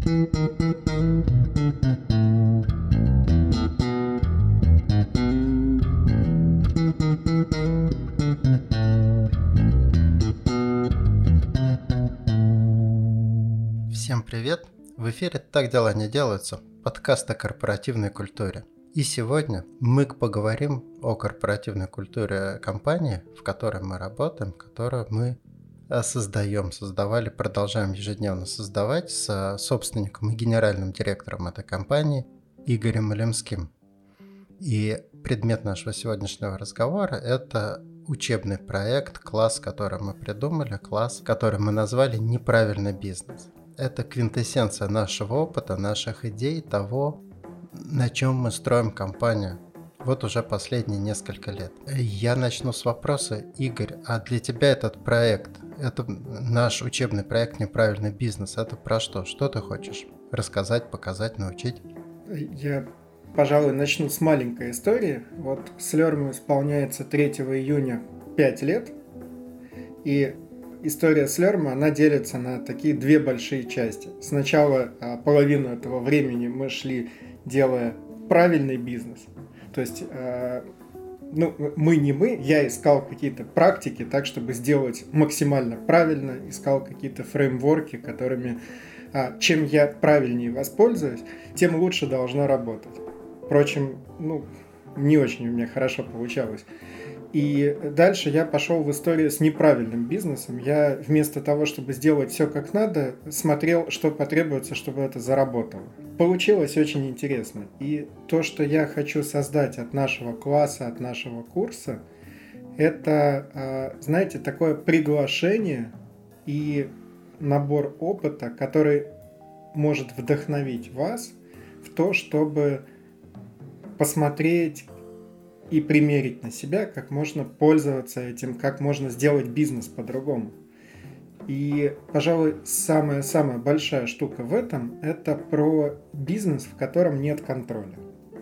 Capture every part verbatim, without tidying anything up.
Всем привет! В эфире «Так дела не делаются», подкаст о корпоративной культуре. И сегодня мы поговорим о корпоративной культуре компании, в которой мы работаем, которую мы создаем, создавали, продолжаем ежедневно создавать с собственником и генеральным директором этой компании Игорем Илемским. И предмет нашего сегодняшнего разговора – это учебный проект, класс, который мы придумали, класс, который мы назвали «Неправильный бизнес». Это квинтэссенция нашего опыта, наших идей, того, на чем мы строим компанию. Вот уже последние несколько лет. Я начну с вопроса. Игорь, а для тебя этот проект, это наш учебный проект «Неправильный бизнес», это про что? Что ты хочешь рассказать, показать, научить? Я, пожалуй, начну с маленькой истории. Вот Слерму исполняется третьего июня пять лет. И история Слерма, она делится на такие две большие части. Сначала половину этого времени мы шли, делая правильный бизнес. То есть, ну, мы не мы, я искал какие-то практики так, чтобы сделать максимально правильно, искал какие-то фреймворки, которыми, чем я правильнее воспользуюсь, тем лучше должно работать. Впрочем, ну, не очень у меня хорошо получалось. И дальше я пошел в историю с неправильным бизнесом. Я вместо того, чтобы сделать все как надо, смотрел, что потребуется, чтобы это заработало. Получилось очень интересно. И то, что я хочу создать от нашего класса, от нашего курса, это, знаете, такое приглашение и набор опыта, который может вдохновить вас в то, чтобы посмотреть и примерить на себя, как можно пользоваться этим, как можно сделать бизнес по-другому. И, пожалуй, самая-самая большая штука в этом – это про бизнес, в котором нет контроля.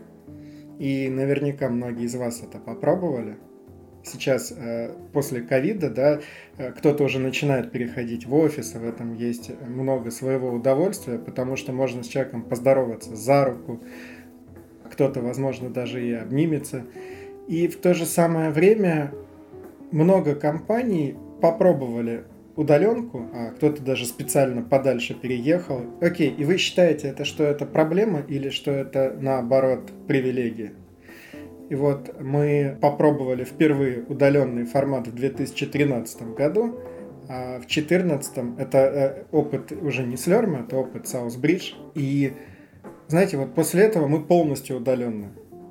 И наверняка многие из вас это попробовали. Сейчас, после ковида, да, кто-то уже начинает переходить в офис, и в этом есть много своего удовольствия, потому что можно с человеком поздороваться за руку, кто-то, возможно, даже и обнимется. И в то же самое время много компаний попробовали удаленку, а кто-то даже специально подальше переехал. Окей, и вы считаете, это что это проблема или что это, наоборот, привилегия? И вот мы попробовали впервые удаленный формат в две тысячи тринадцатом году, а в две тысячи четырнадцатом это опыт уже не Слерма, это опыт Southbridge. И знаете, вот после этого мы полностью удаленные.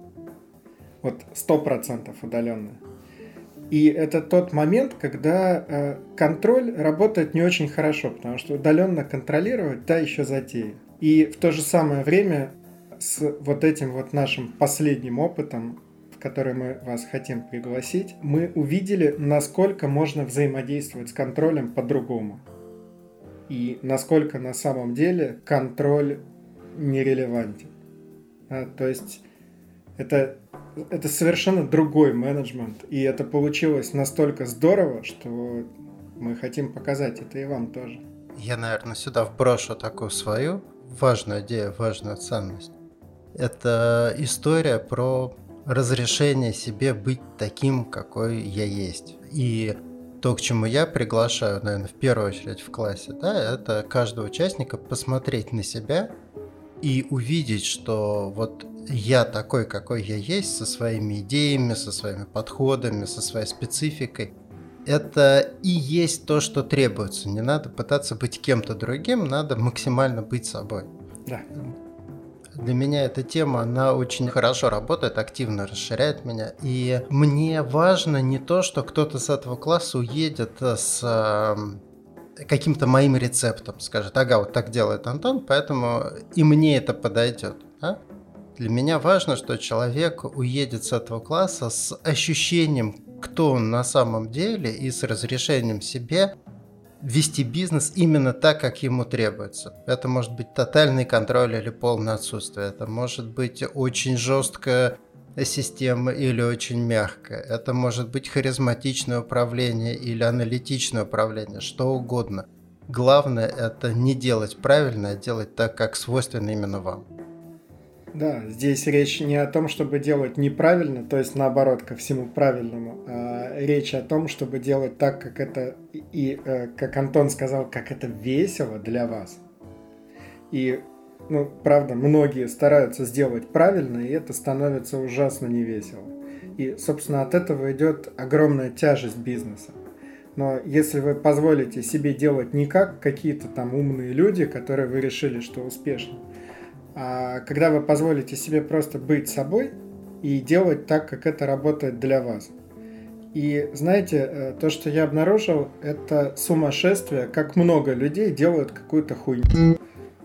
Вот сто процентов удаленные. И это тот момент, когда э, контроль работает не очень хорошо, потому что удаленно контролировать та еще затея. И в то же самое время с вот этим вот нашим последним опытом, в который мы вас хотим пригласить, мы увидели, насколько можно взаимодействовать с контролем по-другому. И насколько на самом деле контроль нерелевантен. А, то есть это, это совершенно другой менеджмент, и это получилось настолько здорово, что мы хотим показать это и вам тоже. Я, наверное, сюда вброшу такую свою важную идею, важную ценность. Это история про разрешение себе быть таким, какой я есть. И то, к чему я приглашаю, наверное, в первую очередь в классе, да, это каждого участника посмотреть на себя и увидеть, что вот я такой, какой я есть, со своими идеями, со своими подходами, со своей спецификой. Это и есть то, что требуется. Не надо пытаться быть кем-то другим, надо максимально быть собой. Да. Для меня эта тема, она очень хорошо работает, активно расширяет меня. И мне важно не то, что кто-то с этого класса уедет с каким-то моим рецептом, скажет, ага, вот так делает Антон, поэтому и мне это подойдет. Да? Для меня важно, что человек уедет с этого класса с ощущением, кто он на самом деле, и с разрешением себе вести бизнес именно так, как ему требуется. Это может быть тотальный контроль или полное отсутствие. Это может быть очень жесткая система или очень мягкая. Это может быть харизматичное управление или аналитичное управление, что угодно. главное это не делать правильно, а делать так, как свойственно именно вам. Да, здесь речь не о том, чтобы делать неправильно, то есть наоборот, ко всему правильному, а речь о том, чтобы делать так, как это, и, э, как Антон сказал, как это весело для вас. И, ну, правда, многие стараются сделать правильно, и это становится ужасно невесело. И, собственно, от этого идет огромная тяжесть бизнеса. Но если вы позволите себе делать не как какие-то там умные люди, которые вы решили, что успешны, а когда вы позволите себе просто быть собой и делать так, как это работает для вас. И знаете, то, что я обнаружил, это сумасшествие, как много людей делают какую-то хуйню.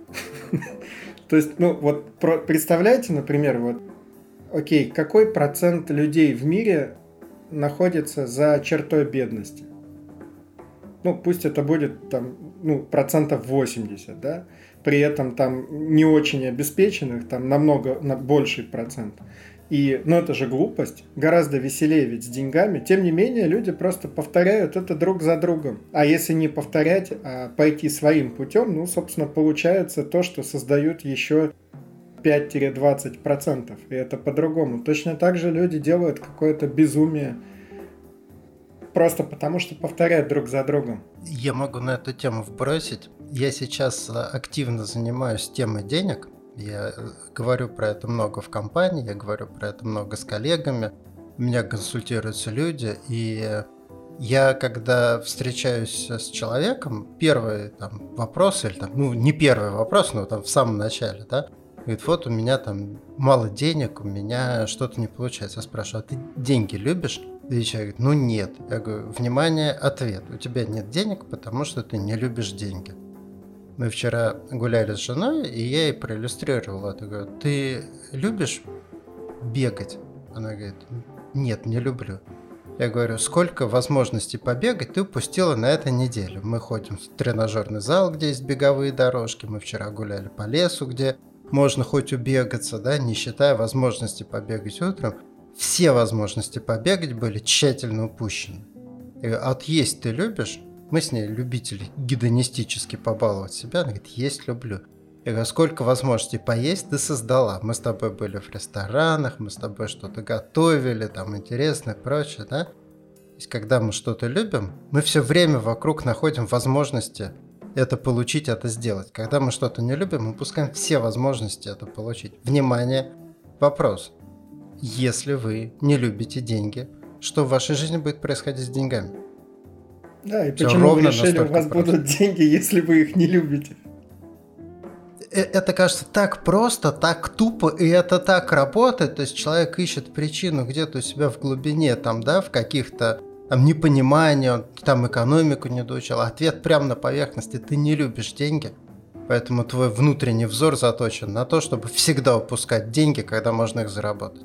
То есть, ну вот представляете, например, вот, окей, какой процент людей в мире находится за чертой бедности? Ну, пусть это будет там, ну, процентов восемьдесят, да? При этом там не очень обеспеченных, там намного на больший процент. И, ну, это же глупость. Гораздо веселее ведь с деньгами. Тем не менее, люди просто повторяют это друг за другом. А если не повторять, а пойти своим путем, ну, собственно, получается то, что создают еще пять-двадцать процентов. И это по-другому. Точно так же люди делают какое-то безумие. Просто потому, что повторяют друг за другом. Я могу на эту тему вбросить. Я сейчас активно занимаюсь темой денег. Я говорю про это много в компании, я говорю про это много с коллегами. У меня консультируются люди, и я, когда встречаюсь с человеком, первый там, вопрос, или там, ну, не первый вопрос, но там в самом начале, да, говорит, вот у меня там мало денег, у меня что-то не получается. Я спрашиваю, а ты деньги любишь? И человек говорит, ну нет. Я говорю, внимание, ответ. У тебя нет денег, потому что ты не любишь деньги. Мы вчера гуляли с женой, и я ей проиллюстрировал это. Говорю, ты любишь бегать? Она говорит, нет, не люблю. Я говорю, сколько возможностей побегать ты упустила на этой неделе? Мы ходим в тренажерный зал, где есть беговые дорожки. Мы вчера гуляли по лесу, где можно хоть убегаться, да, не считая возможности побегать утром. Все возможности побегать были тщательно упущены. Я говорю, а вот есть ты любишь? Мы с ней любители гедонистически побаловать себя. Она говорит, есть люблю. Я говорю, сколько возможностей поесть ты создала? Мы с тобой были в ресторанах, мы с тобой что-то готовили, там интересное, прочее, да? То есть, когда мы что-то любим, мы все время вокруг находим возможности это получить, это сделать. Когда мы что-то не любим, мы упускаем все возможности это получить. Внимание, вопрос. Если вы не любите деньги, что в вашей жизни будет происходить с деньгами? Да, и Все почему вы решили, у вас просто будут деньги, если вы их не любите? Это кажется так просто, так тупо, и это так работает. То есть человек ищет причину где-то у себя в глубине, там, да, в каких-то там непонимании, он там экономику не доучил. Ответ прямо на поверхности. Ты не любишь деньги, поэтому твой внутренний взор заточен на то, чтобы всегда упускать деньги, когда можно их заработать.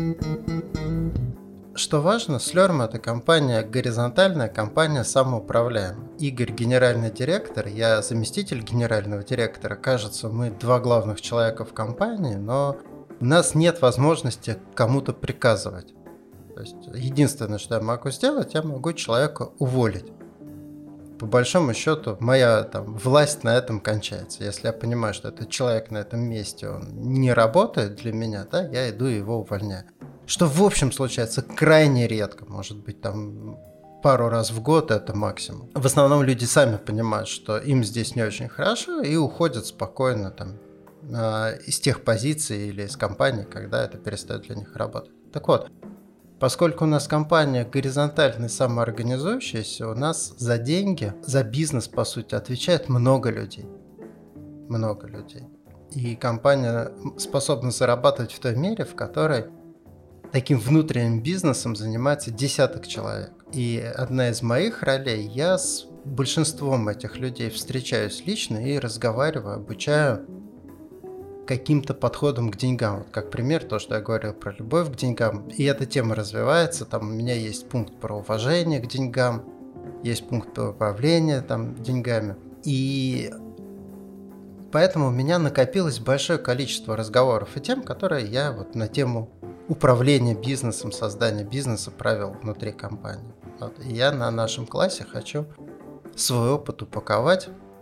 Что важно, Slurm — это компания горизонтальная, компания самоуправляемая. Игорь — генеральный директор, я заместитель генерального директора. Кажется, мы два главных человека в компании, но у нас нет возможности кому-то приказывать. То есть единственное, что я могу сделать, я могу человека уволить. По большому счету, моя там, власть на этом кончается. Если я понимаю, что этот человек на этом месте, он не работает для меня, да, я иду и его увольняю. Что в общем случается крайне редко, может быть там пару раз в год это максимум. В основном люди сами понимают, что им здесь не очень хорошо и уходят спокойно там из тех позиций или из компании, когда это перестает для них работать. Так вот, поскольку у нас компания горизонтально самоорганизующаяся, у нас за деньги, за бизнес, по сути, отвечает много людей. Много людей. И компания способна зарабатывать в той мере, в которой таким внутренним бизнесом занимается десяток человек. И одна из моих ролей, я с большинством этих людей встречаюсь лично и разговариваю, обучаю каким-то подходом к деньгам. Вот как пример, то, что я говорил про любовь к деньгам. И эта тема развивается. Там у меня есть пункт про уважение к деньгам, есть пункт про управление там, деньгами. И поэтому у меня накопилось большое количество разговоров и тем, которые я вот на тему управления бизнесом, создания бизнеса провел внутри компании. Вот. И я на нашем классе хочу свой опыт упаковать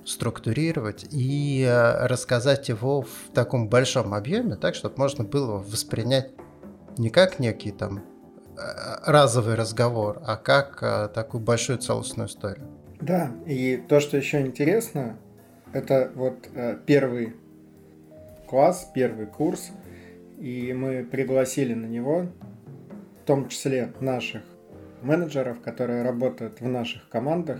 структурировать и рассказать его в таком большом объеме, так, чтобы можно было воспринять не как некий там разовый разговор, а как такую большую целостную историю. Да, и то, что еще интересно, это вот первый класс, первый курс, и мы пригласили на него в том числе наших менеджеров, которые работают в наших командах,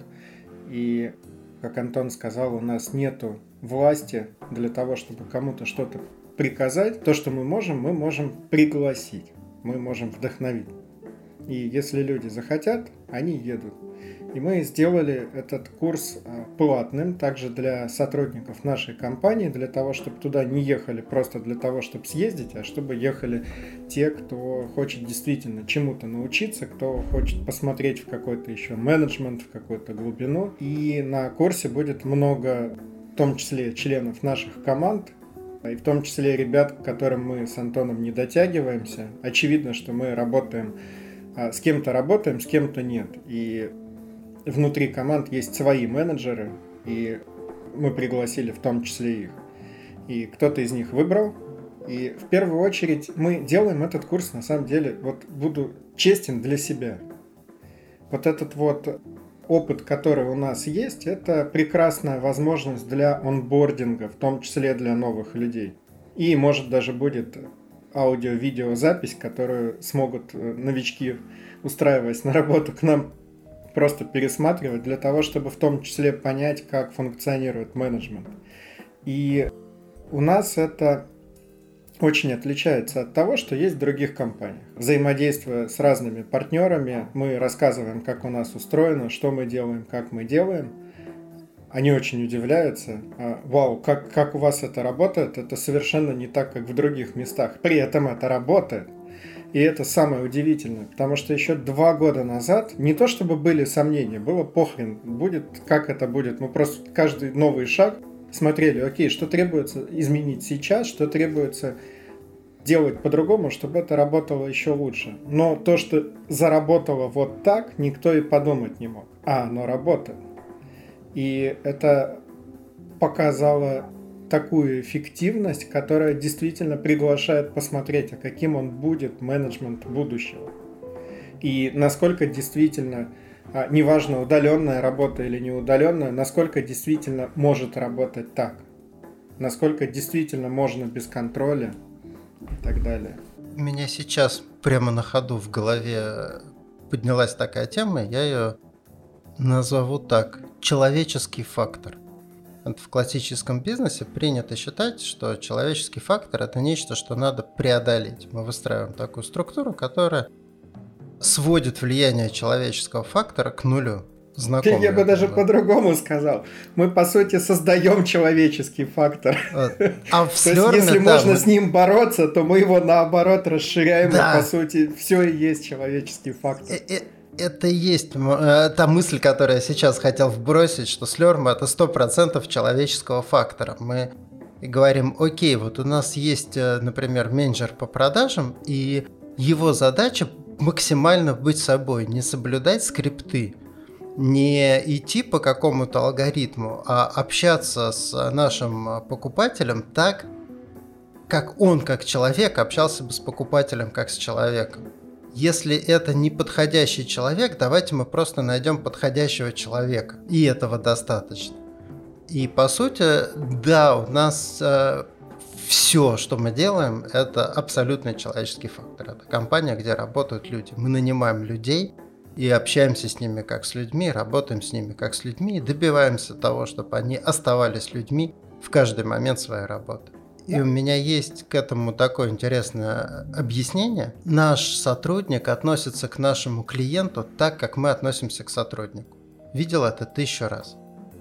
и как Антон сказал, у нас нету власти для того, чтобы кому-то что-то приказать. То, что мы можем, мы можем пригласить, мы можем вдохновить. И если люди захотят, они едут. И мы сделали этот курс платным также для сотрудников нашей компании, для того, чтобы туда не ехали просто для того, чтобы съездить, а чтобы ехали те, кто хочет действительно чему-то научиться, кто хочет посмотреть в какой-то еще менеджмент, в какую-то глубину. И на курсе будет много, в том числе членов наших команд, и в том числе ребят, к которым мы с Антоном не дотягиваемся. Очевидно, что мы работаем, с кем-то работаем, с кем-то нет. И внутри команд есть свои менеджеры, и мы пригласили в том числе их. И кто-то из них выбрал. И в первую очередь мы делаем этот курс, на самом деле, вот буду честен для себя. Вот этот вот опыт, который у нас есть, это прекрасная возможность для онбординга, в том числе для новых людей. И может даже будет аудио-видеозапись, которую смогут новички, устраиваясь на работу к нам, просто пересматривать для того, чтобы в том числе понять, как функционирует менеджмент. И у нас это очень отличается от того, что есть в других компаниях. Взаимодействуя с разными партнерами, мы рассказываем, как у нас устроено, что мы делаем, как мы делаем. Они очень удивляются. Вау, как, как у вас это работает? Это совершенно не так, как в других местах. При этом это работает. И это самое удивительное, потому что еще два года назад не то чтобы были сомнения, было похрен, будет, как это будет. Мы просто каждый новый шаг смотрели, окей, что требуется изменить сейчас, что требуется делать по-другому, чтобы это работало еще лучше. Но то, что заработало вот так, никто и подумать не мог. А оно работает. И это показало такую эффективность, которая действительно приглашает посмотреть, а каким он будет менеджмент будущего. И насколько действительно, неважно, удаленная работа или не удаленная, насколько действительно может работать так. Насколько действительно можно без контроля и так далее. У меня сейчас прямо на ходу в голове поднялась такая тема, я ее назову так: человеческий фактор. В классическом бизнесе принято считать, что человеческий фактор – это нечто, что надо преодолеть. Мы выстраиваем такую структуру, которая сводит влияние человеческого фактора к нулю. Знакомый. Я бы даже по-другому сказал. Мы, по сути, создаем человеческий фактор. Вот. А в Slurm, то есть, если да, можно мы... с ним бороться, то мы его, наоборот, расширяем, да. И, по сути, все и есть человеческий фактор. И, и... Это и есть э, та мысль, которую я сейчас хотел вбросить, что Slurm – это сто процентов человеческого фактора. Мы говорим, окей, вот у нас есть, например, менеджер по продажам, и его задача максимально быть собой, не соблюдать скрипты, не идти по какому-то алгоритму, а общаться с нашим покупателем так, как он, как человек, общался бы с покупателем, как с человеком. Если это не подходящий человек, давайте мы просто найдем подходящего человека. И этого достаточно. И по сути, да, у нас э, все, что мы делаем, это абсолютный человеческий фактор. Это компания, где работают люди. Мы нанимаем людей и общаемся с ними как с людьми, работаем с ними как с людьми и добиваемся того, чтобы они оставались людьми в каждый момент своей работы. И у меня есть к этому такое интересное объяснение. Наш сотрудник относится к нашему клиенту так, как мы относимся к сотруднику. Видел это тысячу раз.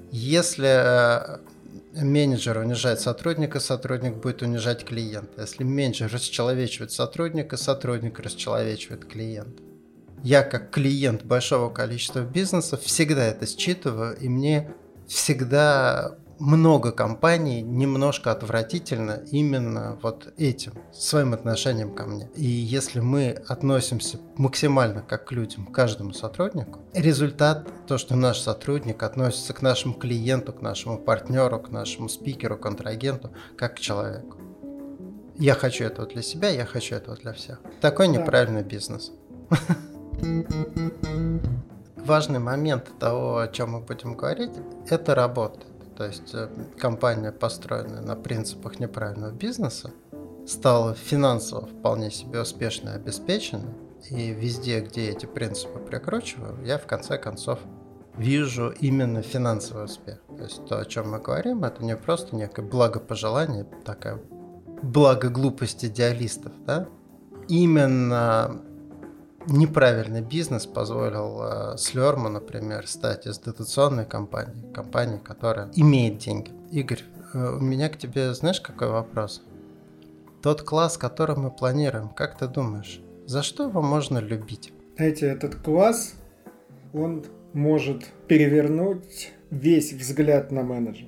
Если менеджер унижает сотрудника, сотрудник будет унижать клиента. Если менеджер расчеловечивает сотрудника, сотрудник расчеловечивает клиента. Я, как клиент большого количества бизнесов, всегда это считываю, и мне всегда много компаний немножко отвратительно именно вот этим, своим отношением ко мне. И если мы относимся максимально как к людям, к каждому сотруднику, результат, то, что наш сотрудник относится к нашему клиенту, к нашему партнеру, к нашему спикеру, контрагенту, как к человеку. Я хочу этого для себя, я хочу этого для всех. Такой да. Неправильный бизнес. Важный момент того, о чем мы будем говорить, это работа. То есть компания, построенная на принципах неправильного бизнеса, стала финансово вполне себе успешной и обеспеченной. И везде, где эти принципы прикручиваю, я в конце концов вижу именно финансовый успех. То есть то, о чем мы говорим, это не просто некое благопожелание, такая благоглупость идеалистов. Да? Именно неправильный бизнес позволил э, Слерму, например, стать из дотационной компании, компании, которая имеет деньги. Игорь, э, у меня к тебе, знаешь, какой вопрос? Тот класс, который мы планируем, как ты думаешь, за что его можно любить? Знаете, этот класс, он может перевернуть весь взгляд на менеджмент.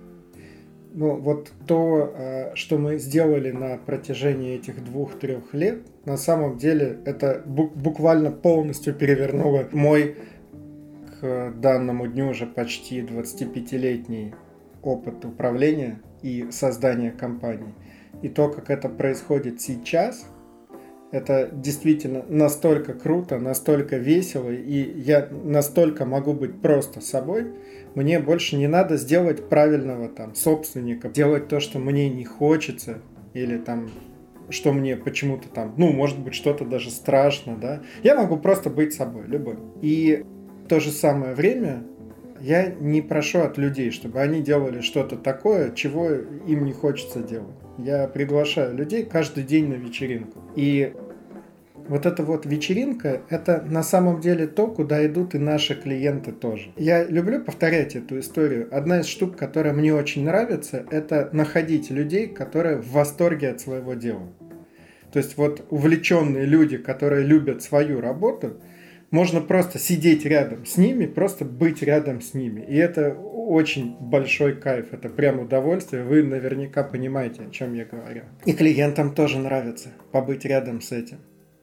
Ну, вот то, что мы сделали на протяжении этих двух-трех лет, на самом деле это буквально полностью перевернуло мой к данному дню уже почти двадцатипятилетний опыт управления и создания компаний. И то, как это происходит сейчас, это действительно настолько круто, настолько весело, и я настолько могу быть просто собой. Мне больше не надо сделать правильного там собственника, делать то, что мне не хочется, или там, что мне почему-то там, ну, может быть, что-то даже страшно, да. Я могу просто быть собой, любым. И в то же самое время я не прошу от людей, чтобы они делали что-то такое, чего им не хочется делать. Я приглашаю людей каждый день на вечеринку. И вот эта вот вечеринка, это на самом деле то, куда идут и наши клиенты тоже. Я люблю повторять эту историю. Одна из штук, которая мне очень нравится, это находить людей, которые в восторге от своего дела. То есть вот увлеченные люди, которые любят свою работу, можно просто сидеть рядом с ними, просто быть рядом с ними. И это очень большой кайф, это прям удовольствие. Вы наверняка понимаете, о чем я говорю. И клиентам тоже нравится побыть рядом с этим.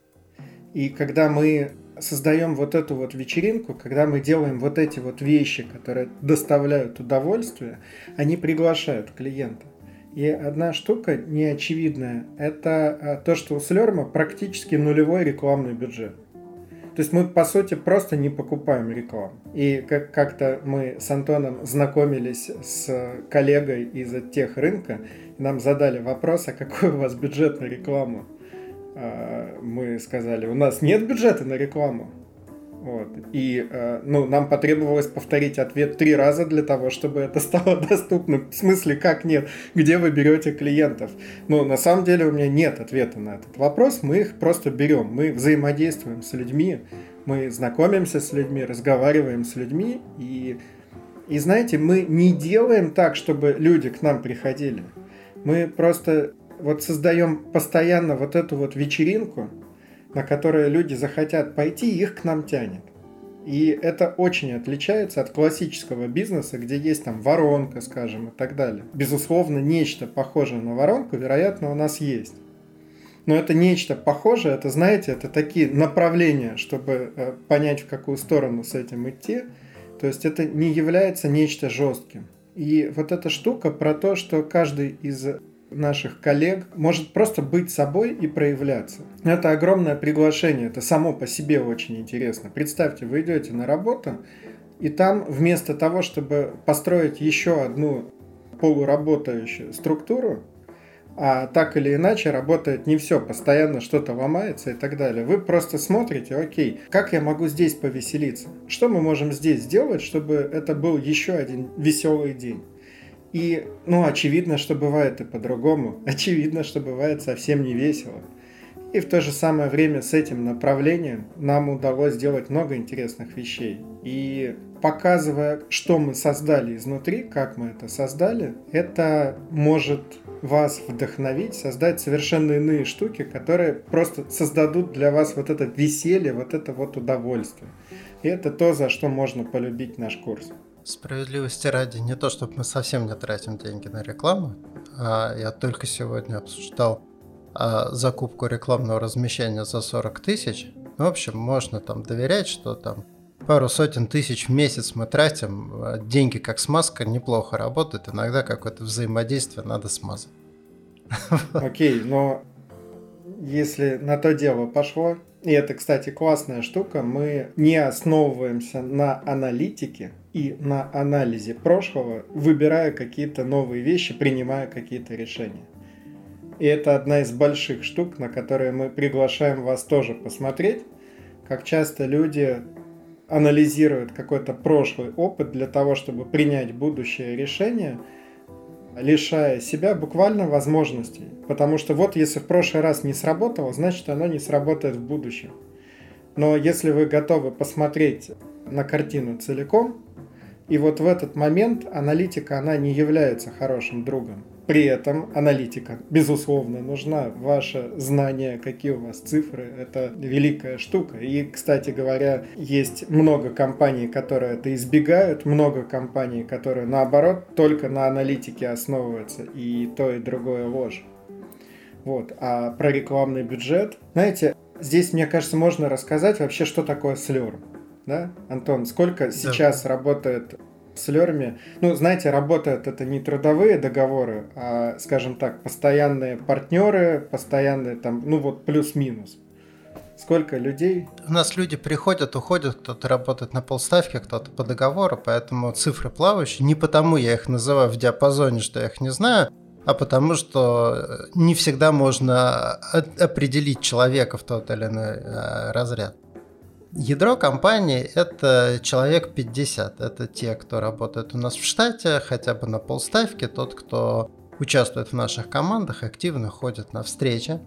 И когда мы создаем вот эту вот вечеринку, когда мы делаем вот эти вот вещи, которые доставляют удовольствие, они приглашают клиента. И одна штука неочевидная, это то, что у Слерма практически нулевой рекламный бюджет. То есть мы, по сути, просто не покупаем рекламу. И как- как-то мы с Антоном знакомились с коллегой из техрынка, и нам задали вопрос, а какой у вас бюджет на рекламу? Мы сказали, у нас нет бюджета на рекламу. Вот. И ну, нам потребовалось повторить ответ три раза для того, чтобы это стало доступным. В смысле, как нет? Где вы берете клиентов? Ну, на самом деле у меня нет ответа на этот вопрос. Мы их просто берем. Мы взаимодействуем с людьми, мы знакомимся с людьми, разговариваем с людьми. И, и знаете, мы не делаем так, чтобы люди к нам приходили. Мы просто вот создаем постоянно вот эту вот вечеринку, на которую люди захотят пойти, и их к нам тянет. И это очень отличается от классического бизнеса, где есть там воронка, скажем, и так далее. Безусловно, нечто похожее на воронку, вероятно, у нас есть. Но это нечто похожее, это, знаете, это такие направления, чтобы э, понять, в какую сторону с этим идти. То есть это не является нечто жестким. И вот эта штука про то, что каждый из наших коллег может просто быть собой и проявляться. Это огромное приглашение, это само по себе очень интересно. Представьте, вы идете на работу, и там вместо того, чтобы построить еще одну полуработающую структуру, а так или иначе работает не все, постоянно что-то ломается и так далее, вы просто смотрите, окей, как я могу здесь повеселиться? Что мы можем здесь сделать, чтобы это был еще один веселый день? И, ну, очевидно, что бывает и по-другому. Очевидно, что бывает совсем не весело. И в то же самое время с этим направлением нам удалось сделать много интересных вещей. И показывая, что мы создали изнутри, как мы это создали, это может вас вдохновить, создать совершенно иные штуки, которые просто создадут для вас вот это веселье, вот это вот удовольствие. И это то, за что можно полюбить наш курс. Справедливости ради, не то чтобы мы совсем не тратим деньги на рекламу, а я только сегодня обсуждал а, закупку рекламного размещения за сорок тысяч. В общем, можно там доверять, что там пару сотен тысяч в месяц мы тратим, деньги как смазка неплохо работают, иногда какое-то взаимодействие надо смазать. Окей, но если на то дело пошло, и это, кстати, классная штука, мы не основываемся на аналитике и на анализе прошлого, выбирая какие-то новые вещи, принимая какие-то решения. И это одна из больших штук, на которые мы приглашаем вас тоже посмотреть, как часто люди анализируют какой-то прошлый опыт для того, чтобы принять будущее решение, лишая себя буквально возможностей. Потому что вот если в прошлый раз не сработало, значит оно не сработает в будущем. Но если вы готовы посмотреть на картину целиком, и вот в этот момент аналитика, она не является хорошим другом. При этом аналитика, безусловно, нужна. Ваше знание, какие у вас цифры, это великая штука. И, кстати говоря, есть много компаний, которые это избегают, много компаний, которые, наоборот, только на аналитике основываются, и то, и другое ложь. Вот. А про рекламный бюджет, знаете, здесь, мне кажется, можно рассказать вообще, что такое слёрм. Да? Антон, сколько да. сейчас работает в слёрме? Ну, знаете, работают это не трудовые договоры, а, скажем так, постоянные партнеры, постоянные там, ну вот плюс-минус. Сколько людей? У нас люди приходят, уходят, кто-то работает на полставки, кто-то по договору, поэтому цифры плавающие. Не потому я их называю в диапазоне, что я их не знаю, а потому что не всегда можно определить человека в тот или иной разряд. Ядро компании – это человек пятьдесят. Это те, кто работает у нас в штате, хотя бы на полставки, тот, кто участвует в наших командах, активно ходит на встречи.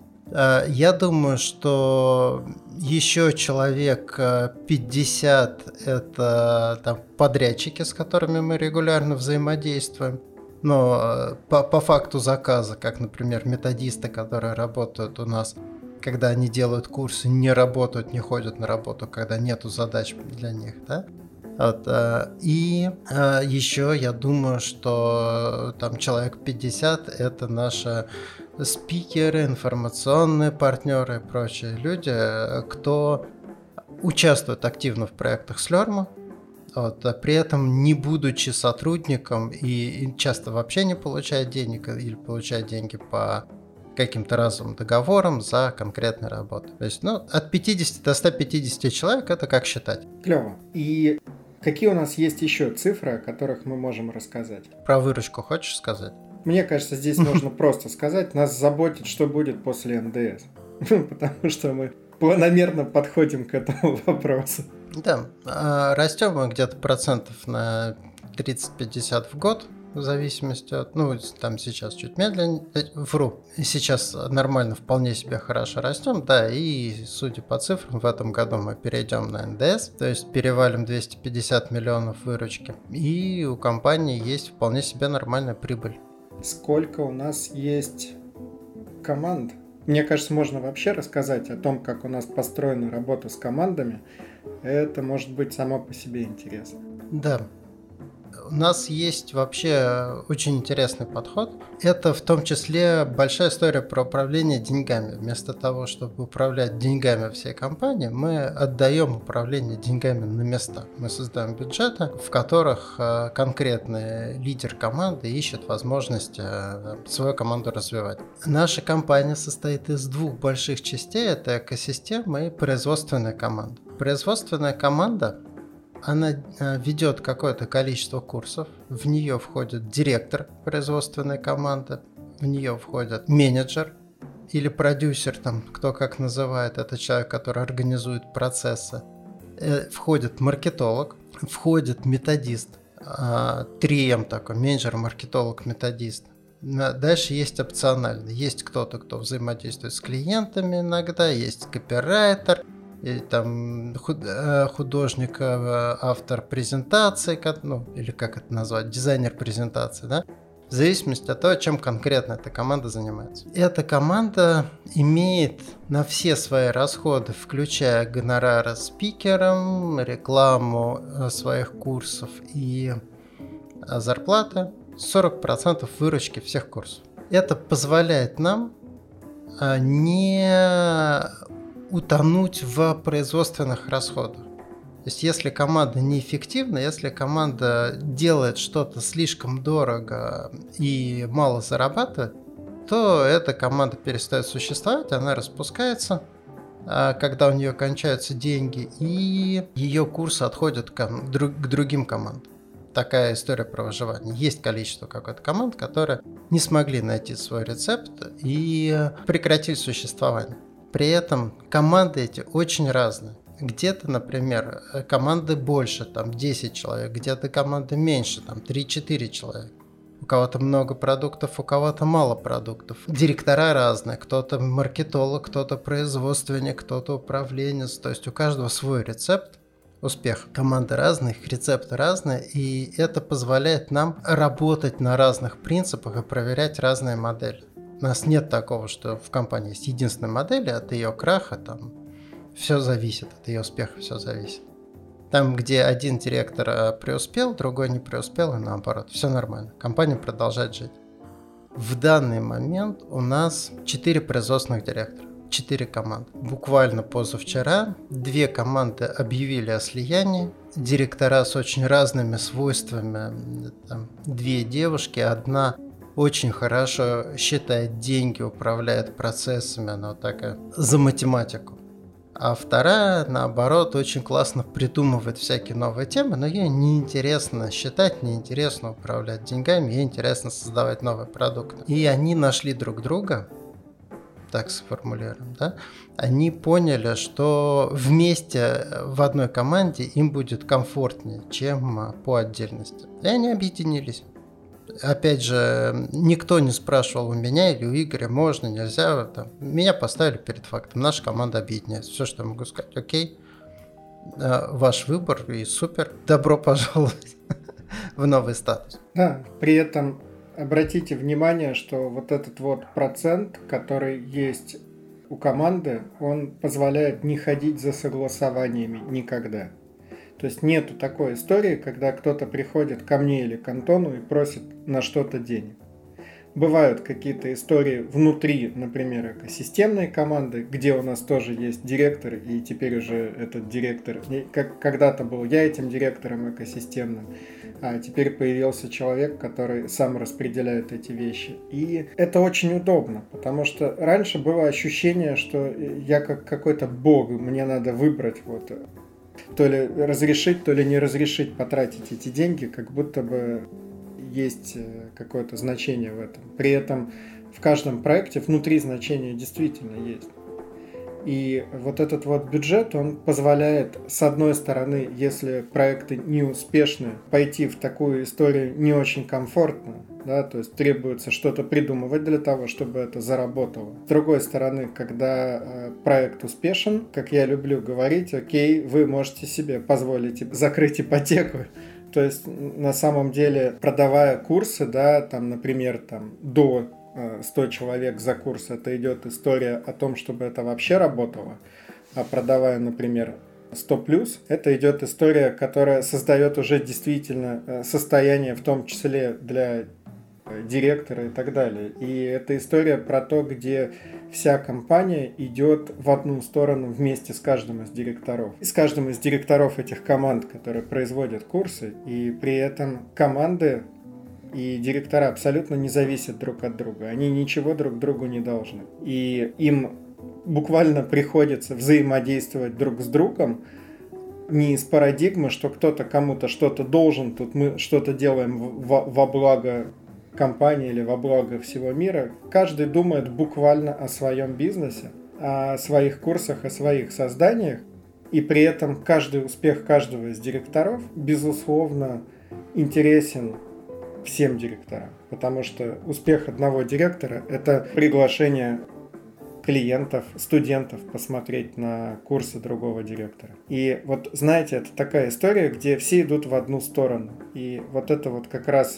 Я думаю, что еще человек пятьдесят – это там, подрядчики, с которыми мы регулярно взаимодействуем. Но по, по факту заказа, как, например, методисты, которые работают у нас, когда они делают курсы, не работают, не ходят на работу, когда нету задач для них, да? Вот, и еще я думаю, что там человек пятьдесят – это наши спикеры, информационные партнеры и прочие люди, кто участвует активно в проектах слёрма, вот, а при этом не будучи сотрудником и, и часто вообще не получает денег или получает деньги по каким-то разовым договорам за конкретную работу. То есть, ну, от пятидесяти до ста пятидесяти человек это как считать. Клево. И какие у нас есть еще цифры, о которых мы можем рассказать? Про выручку хочешь сказать? Мне кажется, здесь можно просто сказать, нас заботит, что будет после эн дэ эс. Потому что мы планомерно подходим к этому вопросу. Да, растем мы где-то процентов на тридцать-пятьдесят в год. В зависимости от, ну, там сейчас чуть медленнее, вру, сейчас нормально, вполне себе хорошо растем, да, и судя по цифрам, в этом году мы перейдем на эн дэ эс, то есть перевалим двести пятьдесят миллионов выручки, и у компании есть вполне себе нормальная прибыль. Сколько у нас есть команд? Мне кажется, можно вообще рассказать о том, как у нас построена работа с командами, это может быть само по себе интересно. Да. У нас есть вообще очень интересный подход. Это в том числе большая история про управление деньгами. Вместо того, чтобы управлять деньгами всей компании, мы отдаем управление деньгами на места. Мы создаем бюджеты, в которых конкретный лидер команды ищет возможность свою команду развивать. Наша компания состоит из двух больших частей. Это экосистема и производственная команда. Производственная команда она ведет какое-то количество курсов, в нее входит директор производственной команды, в нее входит менеджер или продюсер, там, кто как называет, это человек, который организует процессы, входит маркетолог, входит методист, три эм такой, менеджер, маркетолог, методист. Дальше есть опционально, есть кто-то, кто взаимодействует с клиентами иногда, есть копирайтер, или там художник, автор презентации, ну, или как это назвать, дизайнер презентации, да? в зависимости от того, чем конкретно эта команда занимается. Эта команда имеет на все свои расходы, включая гонорары спикерам, рекламу своих курсов и зарплаты, сорок процентов выручки всех курсов. Это позволяет нам не утонуть в производственных расходах. То есть, если команда неэффективна, если команда делает что-то слишком дорого и мало зарабатывает, то эта команда перестает существовать, она распускается, когда у нее кончаются деньги, и ее курсы отходят к другим командам. Такая история про выживание. Есть количество какой-то команд, которые не смогли найти свой рецепт и прекратили существование. При этом команды эти очень разные. Где-то, например, команды больше, там десять человек, где-то команды меньше, там три-четыре человека. У кого-то много продуктов, у кого-то мало продуктов. Директора разные, кто-то маркетолог, кто-то производственник, кто-то управленец. То есть у каждого свой рецепт успеха. Команды разные, их рецепты разные, и это позволяет нам работать на разных принципах и проверять разные модели. У нас нет такого, что в компании есть единственная модель, и от ее краха там все зависит, от ее успеха все зависит. Там, где один директор преуспел, другой не преуспел, и наоборот, все нормально. Компания продолжает жить. В данный момент у нас четыре производственных директора, четыре команды. Буквально позавчера две команды объявили о слиянии. Директора с очень разными свойствами. Там, две девушки, одна очень хорошо считает деньги, управляет процессами, она вот такая за математику. А вторая, наоборот, очень классно придумывает всякие новые темы, но ей неинтересно считать, неинтересно управлять деньгами, ей интересно создавать новые продукты. И они нашли друг друга, так сформулируем, да? Они поняли, что вместе в одной команде им будет комфортнее, чем по отдельности. И они объединились. Опять же, никто не спрашивал у меня или у Игоря, можно, нельзя. Там, меня поставили перед фактом. Наша команда объединяется. Все, что я могу сказать. Окей, ваш выбор и супер. Добро пожаловать в новый статус. Да, при этом обратите внимание, что вот этот вот процент, который есть у команды, он позволяет не ходить за согласованиями никогда. То есть нету такой истории, когда кто-то приходит ко мне или к Антону и просит на что-то денег. Бывают какие-то истории внутри, например, экосистемной команды, где у нас тоже есть директор, и теперь уже этот директор, как когда-то был я этим директором экосистемным, а теперь появился человек, который сам распределяет эти вещи. И это очень удобно, потому что раньше было ощущение, что я как какой-то бог, мне надо выбрать вот... то ли разрешить, то ли не разрешить потратить эти деньги, как будто бы есть какое-то значение в этом. При этом в каждом проекте внутри значение действительно есть. И вот этот вот бюджет, он позволяет, с одной стороны, если проекты не успешны, пойти в такую историю не очень комфортно, да, то есть требуется что-то придумывать для того, чтобы это заработало. С другой стороны, когда э, проект успешен, как я люблю говорить, окей, вы можете себе позволить закрыть ипотеку. То есть на самом деле, продавая курсы, да, там, например, там, до сто человек за курс, это идет история о том, чтобы это вообще работало, а продавая, например, сто плюс, это идет история, которая создает уже действительно состояние, в том числе для директора и так далее. И это история про то, где вся компания идет в одну сторону вместе с каждым из директоров. И с каждым из директоров этих команд, которые производят курсы, и при этом команды и директора абсолютно не зависят друг от друга. Они ничего друг другу не должны. И им буквально приходится взаимодействовать друг с другом не из парадигмы, что кто-то кому-то что-то должен, тут мы что-то делаем во, во благо компании или во благо всего мира. Каждый думает буквально о своем бизнесе, о своих курсах, о своих созданиях. И при этом каждый успех каждого из директоров, безусловно, интересен всем директорам, потому что успех одного директора – это приглашение клиентов, студентов посмотреть на курсы другого директора. И вот, знаете, это такая история, где все идут в одну сторону. И вот это вот как раз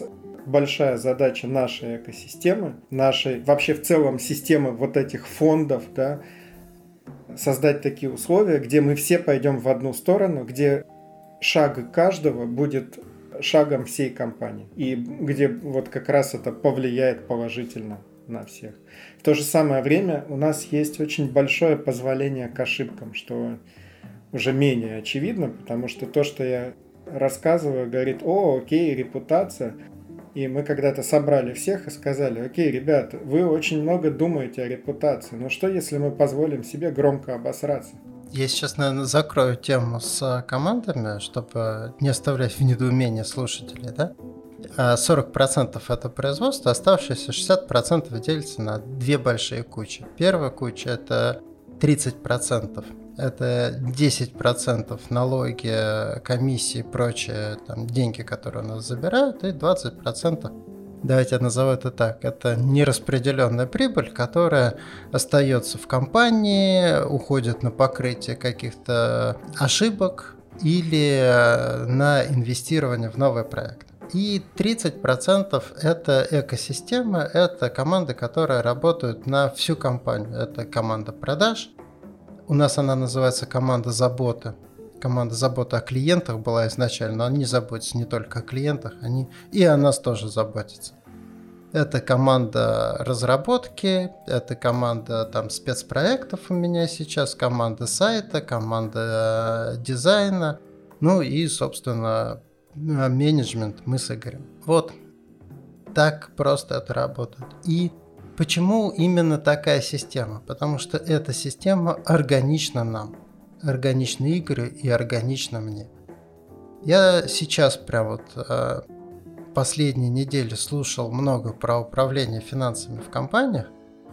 большая задача нашей экосистемы, нашей вообще в целом системы вот этих фондов, да, создать такие условия, где мы все пойдем в одну сторону, где шаг каждого будет шагом всей компании, и где вот как раз это повлияет положительно на всех. В то же самое время у нас есть очень большое позволение к ошибкам, что уже менее очевидно, потому что то, что я рассказываю, говорит: о, окей, репутация. И мы когда-то собрали всех и сказали: окей, ребята, вы очень много думаете о репутации, но что, если мы позволим себе громко обосраться? Я сейчас, наверное, закрою тему с командами, чтобы не оставлять в недоумении слушателей, да? сорок процентов это производство, оставшиеся шестьдесят процентов делится на две большие кучи. Первая куча – это тридцать процентов. Это десять процентов налоги, комиссии и прочие там, деньги, которые у нас забирают, и двадцать процентов, давайте я назову это так, это нераспределенная прибыль, которая остается в компании, уходит на покрытие каких-то ошибок или на инвестирование в новый проект. И тридцать процентов это экосистема, это команды, которые работают на всю компанию. Это команда продаж. У нас она называется команда заботы. Команда заботы о клиентах была изначально, но они заботятся не только о клиентах, они и о нас тоже заботятся. Это команда разработки, это команда там, спецпроектов у меня сейчас, команда сайта, команда дизайна, ну и, собственно, менеджмент мы с Игорем. Вот так просто это работает. И почему именно такая система? Потому что эта система органична нам, органична Игорю и органична мне. Я сейчас прям вот э, последние недели слушал много про управление финансами в компаниях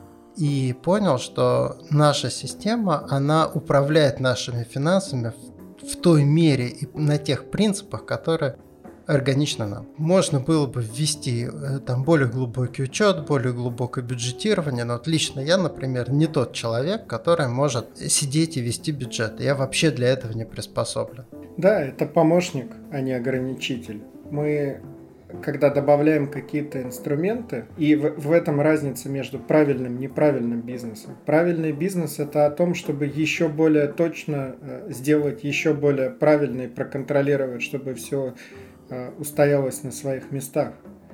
и понял, что наша система, она управляет нашими финансами в, в той мере и на тех принципах, которые органично нам. Можно было бы ввести э, там более глубокий учет, более глубокое бюджетирование, но вот лично я, например, не тот человек, который может сидеть и вести бюджет. Я вообще для этого не приспособлен. Да, это помощник, а не ограничитель. Мы, когда добавляем какие-то инструменты, и в, в этом разница между правильным и неправильным бизнесом. Правильный бизнес – это о том, чтобы еще более точно э, сделать, еще более правильно и проконтролировать, чтобы все устоялась на своих местах.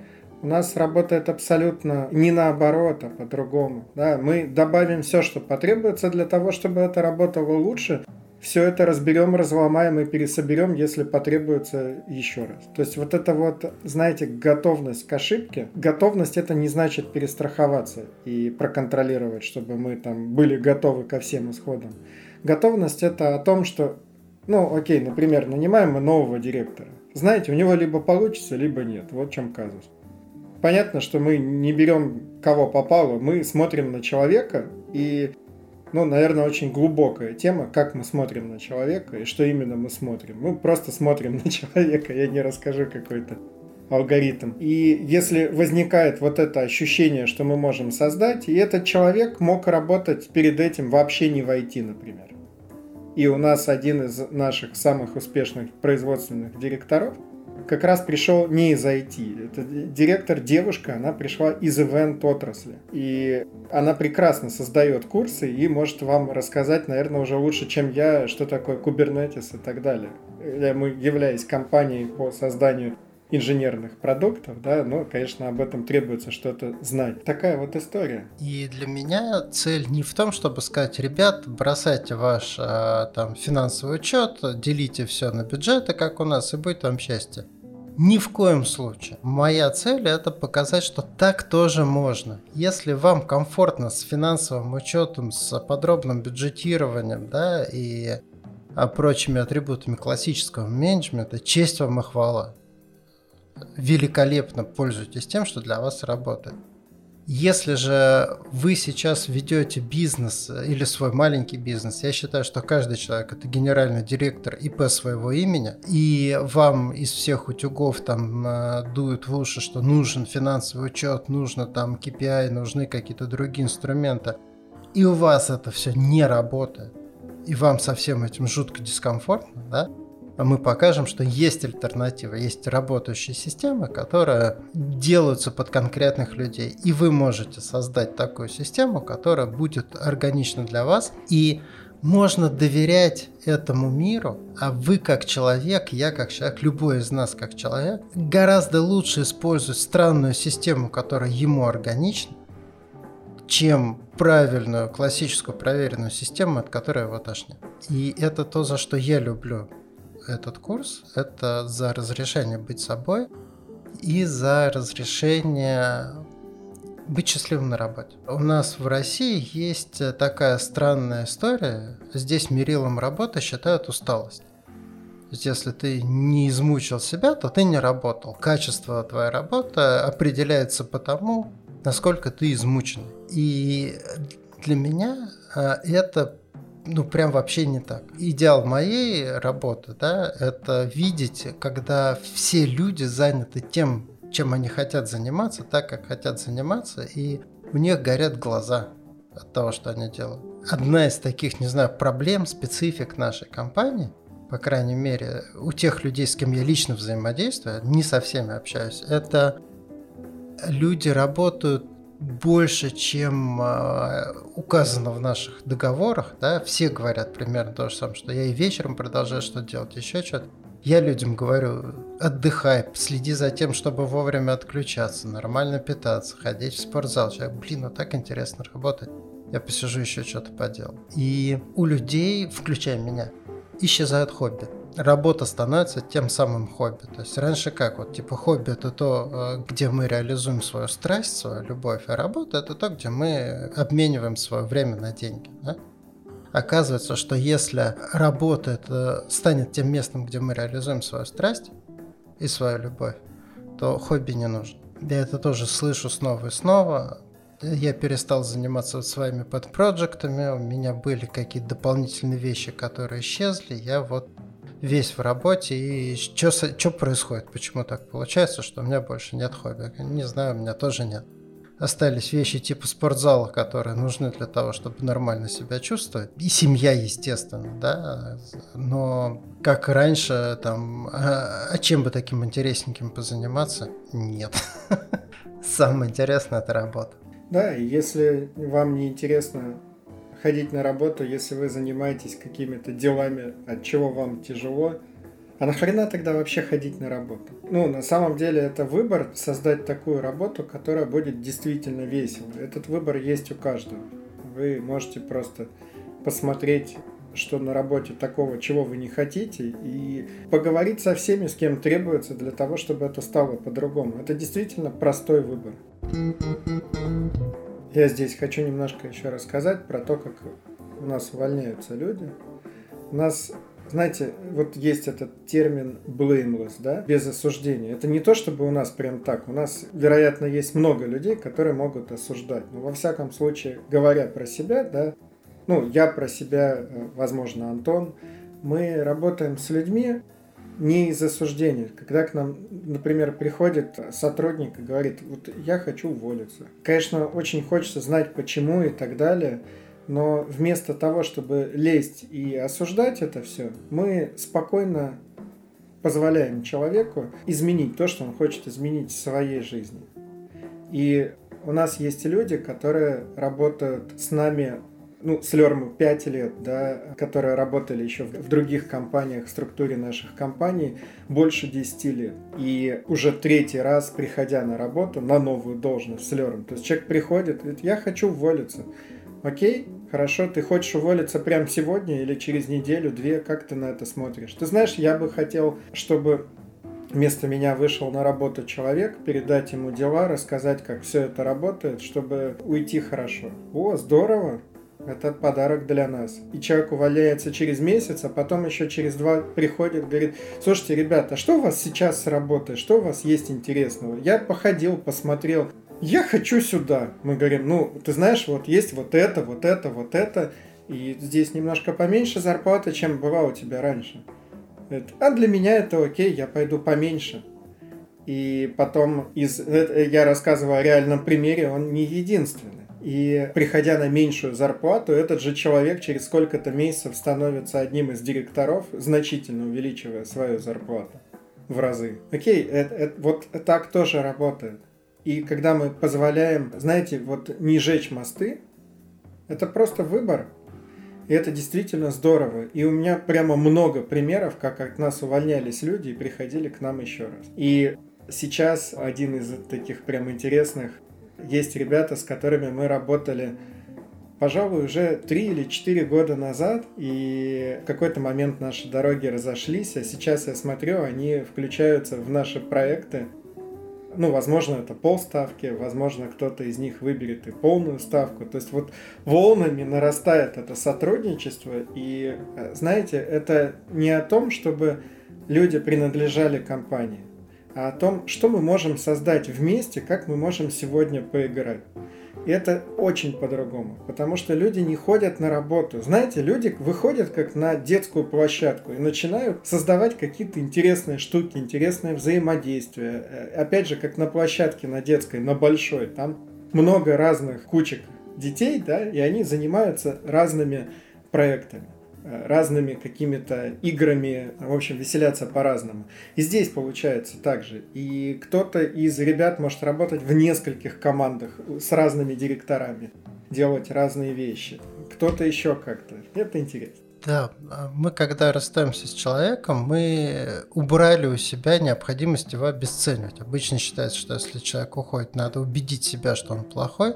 У нас работает абсолютно не наоборот, а по-другому. Да, мы добавим все, что потребуется для того, чтобы это работало лучше. Все это разберем, разломаем и пересоберем, если потребуется еще раз. То есть вот это вот, знаете, готовность к ошибке. Готовность — это не значит перестраховаться и проконтролировать, чтобы мы там были готовы ко всем исходам. Готовность — это о том, что, ну окей, например, нанимаем мы нового директора. Знаете, у него либо получится, либо нет. Вот в чем казус. Понятно, что мы не берем кого попало, мы смотрим на человека, и, ну, наверное, очень глубокая тема, как мы смотрим на человека и что именно мы смотрим. Мы просто смотрим на человека, я не расскажу какой-то алгоритм. И если возникает вот это ощущение, что мы можем создать, и этот человек мог работать перед этим вообще не в ай ти, например. И у нас один из наших самых успешных производственных директоров как раз пришел не из ай ти. Это директор девушка, она пришла из ивент-отрасли. И она прекрасно создает курсы и может вам рассказать, наверное, уже лучше, чем я, что такое Kubernetes и так далее. Мы, являясь компанией по созданию инженерных продуктов, да, но, конечно, об этом требуется что-то знать. Такая вот история. И для меня цель не в том, чтобы сказать: ребят, бросайте ваш там финансовый учет, делите все на бюджеты, как у нас, и будет вам счастье. Ни в коем случае. Моя цель — это показать, что так тоже можно. Если вам комфортно с финансовым учетом, с подробным бюджетированием, да, и прочими атрибутами классического менеджмента, честь вам и хвала. Великолепно пользуйтесь тем, что для вас работает. Если же вы сейчас ведете бизнес или свой маленький бизнес, я считаю, что каждый человек — это генеральный директор ИП своего имени, и вам из всех утюгов там дуют в уши, что нужен финансовый учет, нужно там кей пи ай, нужны какие-то другие инструменты, и у вас это все не работает, и вам со всем этим жутко дискомфортно, да? А мы покажем, что есть альтернатива, есть работающие системы, которые делаются под конкретных людей. И вы можете создать такую систему, которая будет органична для вас. И можно доверять этому миру, а вы как человек, я как человек, любой из нас как человек, гораздо лучше использует странную систему, которая ему органична, чем правильную, классическую, проверенную систему, от которой его тошнит. И это то, за что я люблю этот курс. Это за разрешение быть собой и за разрешение быть счастливым на работе. У нас в России есть такая странная история. Здесь мерилом работы считают усталость. То есть, если ты не измучил себя, то ты не работал. Качество твоей работы определяется по тому, насколько ты измучен. И для меня это ну прям вообще не так. Идеал моей работы, да, это видеть, когда все люди заняты тем, чем они хотят заниматься, так как хотят заниматься, и у них горят глаза от того, что они делают. Одна из таких, не знаю, проблем, специфик нашей компании, по крайней мере, у тех людей, с кем я лично взаимодействую, не со всеми общаюсь, это люди работают больше, чем э, указано в наших договорах, да, все говорят примерно то же самое, что я и вечером продолжаю что-то делать, еще что-то. Я людям говорю, отдыхай, следи за тем, чтобы вовремя отключаться, нормально питаться, ходить в спортзал. Человек, блин, ну так интересно работать. Я посижу еще что-то поделаю. И у людей, включая меня, исчезают хобби. Работа становится тем самым хобби. То есть раньше как? Вот типа хобби это то, где мы реализуем свою страсть, свою любовь, а работа это то, где мы обмениваем свое время на деньги. Да? Оказывается, что если работа это станет тем местом, где мы реализуем свою страсть и свою любовь, то хобби не нужно. Я это тоже слышу снова и снова. Я перестал заниматься своими подпроектами, у меня были какие-то дополнительные вещи, которые исчезли. Я вот весь в работе, и что происходит? Почему так получается, что у меня больше нет хобби? Не знаю, у меня тоже нет. Остались вещи типа спортзала, которые нужны для того, чтобы нормально себя чувствовать. И семья, естественно, да. Но как раньше, там, а, а чем бы таким интересненьким позаниматься? Нет. Самое интересное – это работа. Да, и если вам не интересно ходить на работу, если вы занимаетесь какими-то делами, от чего вам тяжело, а нахрена тогда вообще ходить на работу? Ну, на самом деле это выбор создать такую работу, которая будет действительно веселой. Этот выбор есть у каждого. Вы можете просто посмотреть, что на работе такого, чего вы не хотите, и поговорить со всеми, с кем требуется для того, чтобы это стало по-другому. Это действительно простой выбор. Я здесь хочу немножко еще рассказать про то, как у нас увольняются люди. У нас, знаете, вот есть этот термин blameless, да, без осуждения. Это не то, чтобы у нас прям так. У нас, вероятно, есть много людей, которые могут осуждать. Но во всяком случае, говоря про себя, да, ну, я про себя, возможно, Антон, мы работаем с людьми не из осуждения. Когда к нам, например, приходит сотрудник и говорит, вот я хочу уволиться. Конечно, очень хочется знать, почему и так далее, но вместо того, чтобы лезть и осуждать это все, мы спокойно позволяем человеку изменить то, что он хочет изменить в своей жизни. И у нас есть люди, которые работают с нами, ну, с Learmo пять лет, да, которые работали еще в, в других компаниях, в структуре наших компаний, больше десяти лет. И уже третий раз, приходя на работу, на новую должность с Learmo, то есть человек приходит и говорит, я хочу уволиться. Окей, хорошо, ты хочешь уволиться прямо сегодня или через неделю-две, как ты на это смотришь? Ты знаешь, я бы хотел, чтобы вместо меня вышел на работу человек, передать ему дела, рассказать, как все это работает, чтобы уйти хорошо. О, здорово! Это подарок для нас. И человек увольняется через месяц, а потом еще через два приходит, говорит, слушайте, ребята, а что у вас сейчас с работой? Что у вас есть интересного? Я походил, посмотрел. Я хочу сюда. Мы говорим, ну, ты знаешь, вот есть вот это, вот это, вот это. И здесь немножко поменьше зарплаты, чем была у тебя раньше. Это, а для меня это окей, я пойду поменьше. И потом из, я рассказываю о реальном примере, он не единственный. И приходя на меньшую зарплату, этот же человек через сколько-то месяцев становится одним из директоров, значительно увеличивая свою зарплату в разы. Окей, это, это, вот так тоже работает. И когда мы позволяем, знаете, вот не жечь мосты, это просто выбор. И это действительно здорово. И у меня прямо много примеров, как от нас увольнялись люди и приходили к нам еще раз. И сейчас один из таких прям интересных. Есть ребята, с которыми мы работали, пожалуй, уже три или четыре года назад, и в какой-то момент наши дороги разошлись, а сейчас я смотрю, они включаются в наши проекты. Ну, возможно, это полставки, возможно, кто-то из них выберет и полную ставку. То есть вот волнами нарастает это сотрудничество, и, знаете, это не о том, чтобы люди принадлежали компании, а о том, что мы можем создать вместе, как мы можем сегодня поиграть. И это очень по-другому, потому что люди не ходят на работу. Знаете, люди выходят как на детскую площадку и начинают создавать какие-то интересные штуки, интересное взаимодействие. Опять же, как на площадке на детской, на большой, там много разных кучек детей, да, и они занимаются разными проектами, разными какими-то играми, в общем, веселятся по-разному. И здесь получается так же. И кто-то из ребят может работать в нескольких командах с разными директорами, делать разные вещи. Кто-то еще как-то. Это интересно. Да, мы когда расстаемся с человеком, мы убрали у себя необходимость его обесценивать. Обычно считается, что если человек уходит, надо убедить себя, что он плохой.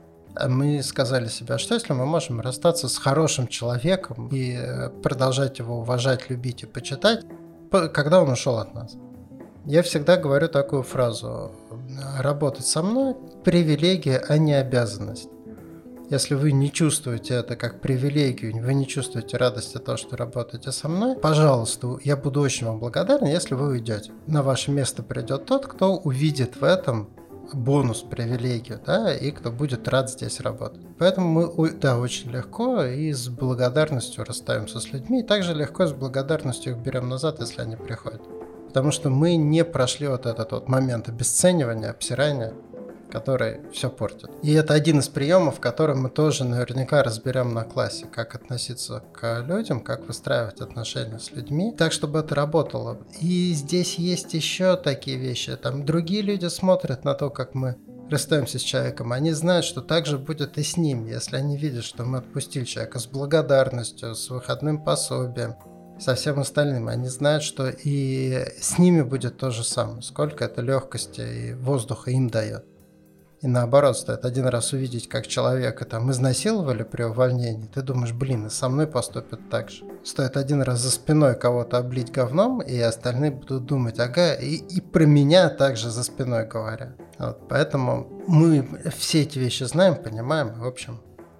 Мы сказали себе, что если мы можем расстаться с хорошим человеком и продолжать его уважать, любить и почитать, когда он ушел от нас. Я всегда говорю такую фразу: работать со мной – привилегия, а не обязанность. Если вы не чувствуете это как привилегию, вы не чувствуете радости от того, что работаете со мной, пожалуйста, я буду очень вам благодарен, если вы уйдете. На ваше место придет тот, кто увидит в этом бонус, привилегию, да, и кто будет рад здесь работать. Поэтому мы, да, очень легко и с благодарностью расстаемся с людьми, и также легко с благодарностью их берем назад, если они приходят. Потому что мы не прошли вот этот вот момент обесценивания, обсирания, который все портит. И это один из приемов, который мы тоже наверняка разберем на классе, как относиться к людям, как выстраивать отношения с людьми, так, чтобы это работало. И здесь есть еще такие вещи. Там другие люди смотрят на то, как мы расстаемся с человеком, они знают, что так же будет и с ним, если они видят, что мы отпустили человека с благодарностью, с выходным пособием, со всем остальным. Они знают, что и с ними будет то же самое, сколько это легкости и воздуха им дает. И наоборот, стоит один раз увидеть, как человека там изнасиловали при увольнении, ты думаешь, блин, и со мной поступят так же. Стоит один раз за спиной кого-то облить говном, и остальные будут думать, ага, и, и про меня также за спиной говорят. Вот, поэтому мы все эти вещи знаем, понимаем, в общем.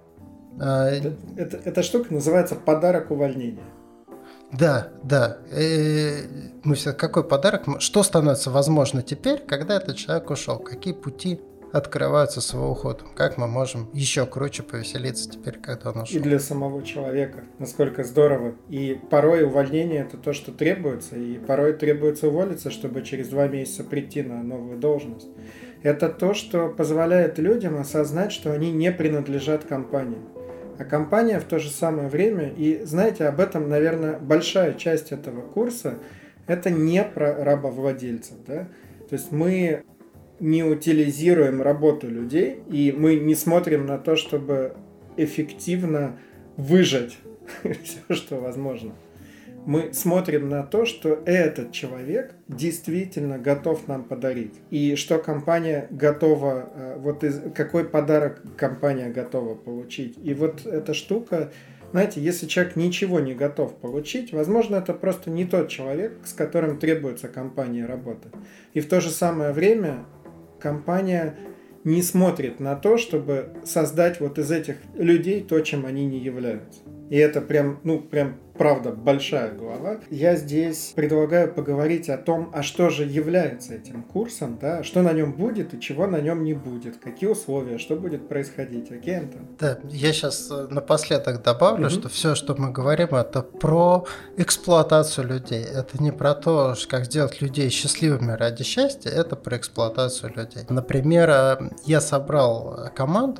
Это, это, эта штука называется подарок увольнения. Да, да. И мы все, какой подарок? Что становится возможно теперь, когда этот человек ушел? Какие пути открываются с его уходом? Как мы можем еще круче повеселиться теперь, когда он ушел? И для самого человека. Насколько здорово. И порой увольнение – это то, что требуется. И порой требуется уволиться, чтобы через два месяца прийти на новую должность. Это то, что позволяет людям осознать, что они не принадлежат компании. А компания в то же самое время, и знаете, об этом, наверное, большая часть этого курса – это не про рабовладельцев. Да? То есть мы не утилизируем работу людей, и мы не смотрим на то, чтобы эффективно выжать все, что возможно. Мы смотрим на то, что этот человек действительно готов нам подарить. И что компания готова, вот из, какой подарок компания готова получить. И вот эта штука, знаете, если человек ничего не готов получить, возможно, это просто не тот человек, с которым требуется компания работать. И в то же самое время компания не смотрит на то, чтобы создать вот из этих людей то, чем они не являются. И это прям, ну, прям, правда, большая глава. Я здесь предлагаю поговорить о том, а что же является этим курсом, да, что на нем будет и чего на нем не будет, какие условия, что будет происходить. Окей, Антон? Да, я сейчас напоследок добавлю, mm-hmm. что все, что мы говорим, это про эксплуатацию людей. Это не про то, как сделать людей счастливыми ради счастья, это про эксплуатацию людей. Например, я собрал команду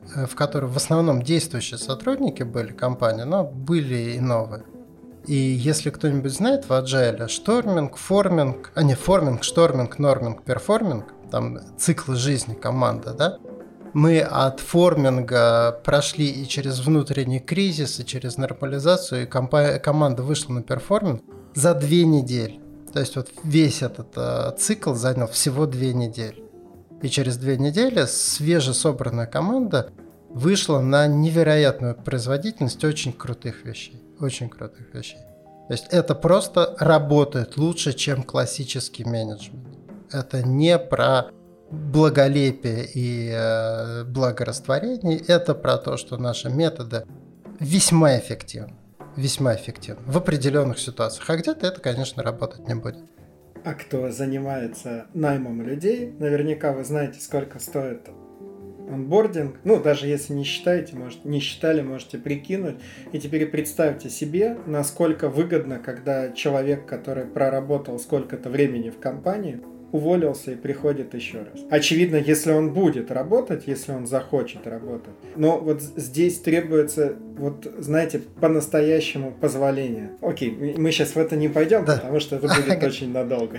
в которой в основном действующие сотрудники были компании, но были и новые. И если кто-нибудь знает в Agile шторминг, форминг, а не форминг, шторминг, норминг, перформинг, там циклы жизни команды, да, мы от форминга прошли и через внутренний кризис, и через нормализацию, и компа- команда вышла на перформинг за две недели. То есть вот весь этот э, цикл занял всего две недели. И через две недели свежесобранная команда вышла на невероятную производительность очень крутых вещей. Очень крутых вещей. То есть это просто работает лучше, чем классический менеджмент. Это не про благолепие и э, благорастворение. Это про то, что наши методы весьма эффективны. Весьма эффективны в определенных ситуациях. А где-то это, конечно, работать не будет. А кто занимается наймом людей, наверняка вы знаете, сколько стоит онбординг. Ну, даже если не считаете, может, не считали, можете прикинуть. И теперь представьте себе, насколько выгодно, когда человек, который проработал сколько-то времени в компании, уволился и приходит еще раз. Очевидно, если он будет работать, если он захочет работать. Но вот здесь требуется, вот, знаете, по-настоящему позволение. Окей, мы сейчас в это не пойдем, да. Потому что это будет очень надолго.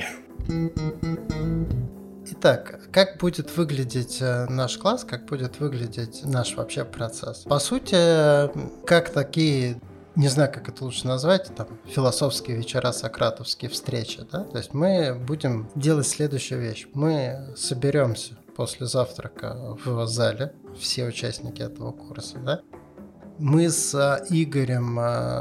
Итак, как будет выглядеть наш класс, как будет выглядеть наш вообще процесс? По сути, как такие... Не знаю, как это лучше назвать, там, философские вечера, сократовские встречи, да? То есть мы будем делать следующую вещь. Мы соберемся после завтрака в зале, все участники этого курса, да? Мы с Игорем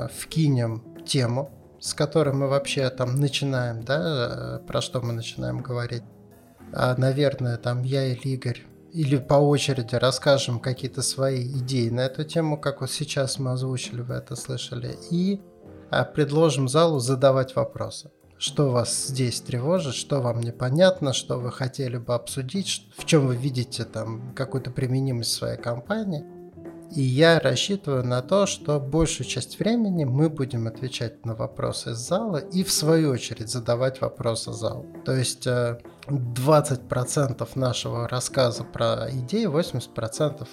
вкинем тему, с которой мы вообще там начинаем, да, про что мы начинаем говорить. А, наверное, там я или Игорь или по очереди расскажем какие-то свои идеи на эту тему, как вот сейчас мы озвучили, вы это слышали, и а, предложим залу задавать вопросы. Что вас здесь тревожит, что вам непонятно, что вы хотели бы обсудить, в чем вы видите там какую-то применимость в своей компании. И я рассчитываю на то, что большую часть времени мы будем отвечать на вопросы из зала и в свою очередь задавать вопросы залу. То есть двадцать процентов нашего рассказа про идеи, восемьдесят процентов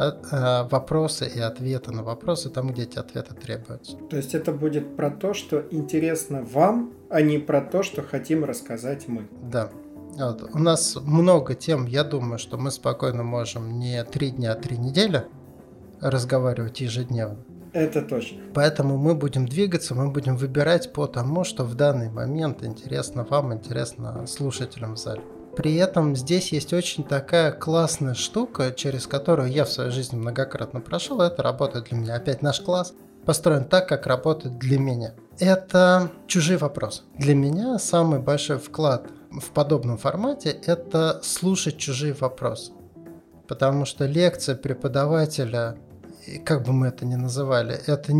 это вопросы и ответы на вопросы, там, где эти ответы требуются. То есть это будет про то, что интересно вам, а не про то, что хотим рассказать мы. Да. Вот. У нас много тем, я думаю, что мы спокойно можем не три дня, а три недели разговаривать ежедневно. Это точно. Поэтому мы будем двигаться, мы будем выбирать по тому, что в данный момент интересно вам, интересно слушателям в зале. При этом здесь есть очень такая классная штука, через которую я в своей жизни многократно прошел, это работает для меня. Опять наш класс построен так, как работает для меня. Это чужие вопросы. Для меня самый большой вклад в подобном формате – это слушать чужие вопросы. Потому что лекция преподавателя, как бы мы это ни называли, это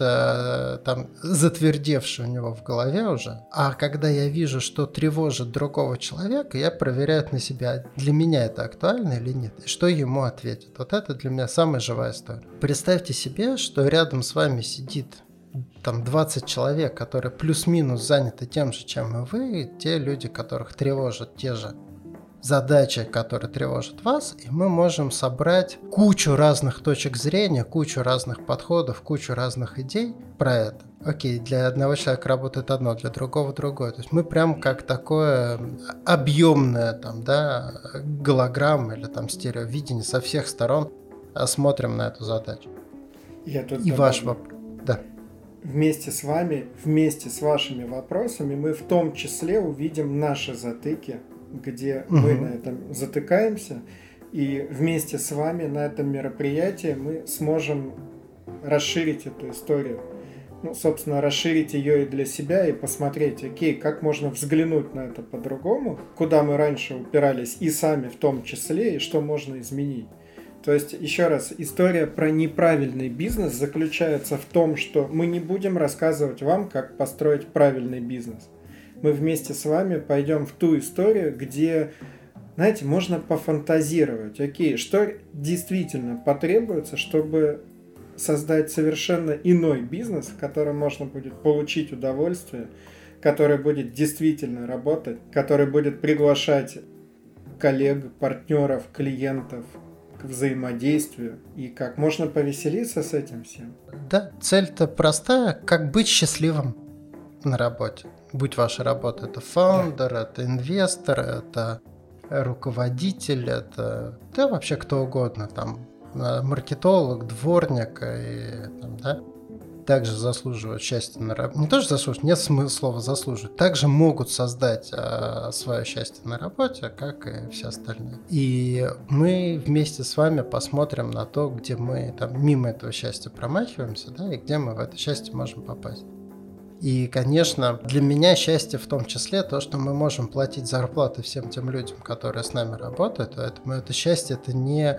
нечто там затвердевшее у него в голове уже. А когда я вижу, что тревожит другого человека, я проверяю на себя, для меня это актуально или нет, и что ему ответит. Вот это для меня самая живая история. Представьте себе, что рядом с вами сидит там двадцать человек, которые плюс-минус заняты тем же, чем и вы, те люди, которых тревожат те же задачи, которые тревожат вас, и мы можем собрать кучу разных точек зрения, кучу разных подходов, кучу разных идей про это. Окей, для одного человека работает одно, для другого другое. То есть мы прям как такое объемное там, да, голограмма или там стереовидение со всех сторон смотрим на эту задачу. Я тут и ваш вопрос. Да. Вместе с вами, вместе с вашими вопросами мы в том числе увидим наши затыки, где угу. мы на этом затыкаемся, и вместе с вами на этом мероприятии мы сможем расширить эту историю. Ну, собственно, расширить ее и для себя, и посмотреть, окей, как можно взглянуть на это по-другому, куда мы раньше упирались, и сами в том числе, и что можно изменить. То есть, еще раз, история про неправильный бизнес заключается в том, что мы не будем рассказывать вам, как построить правильный бизнес. Мы вместе с вами пойдем в ту историю, где, знаете, можно пофантазировать. Окей, что действительно потребуется, чтобы создать совершенно иной бизнес, в котором можно будет получить удовольствие, который будет действительно работать, который будет приглашать коллег, партнеров, клиентов, к взаимодействию и как можно повеселиться с этим всем. Да, цель-то простая, как быть счастливым на работе. Будь ваша работа, это фаундер, да. Это инвестор, это руководитель, это да, вообще кто угодно, там маркетолог, дворник, и, там, да, также заслуживают счастья на работе. Не тоже заслуживают, нет смысла слова заслуживают. Также могут создать а, свое счастье на работе, как и все остальные. И мы вместе с вами посмотрим на то, где мы там мимо этого счастья промахиваемся, да, и где мы в это счастье можем попасть. И, конечно, для меня счастье в том числе то, что мы можем платить зарплаты всем тем людям, которые с нами работают. Поэтому это счастье, это не,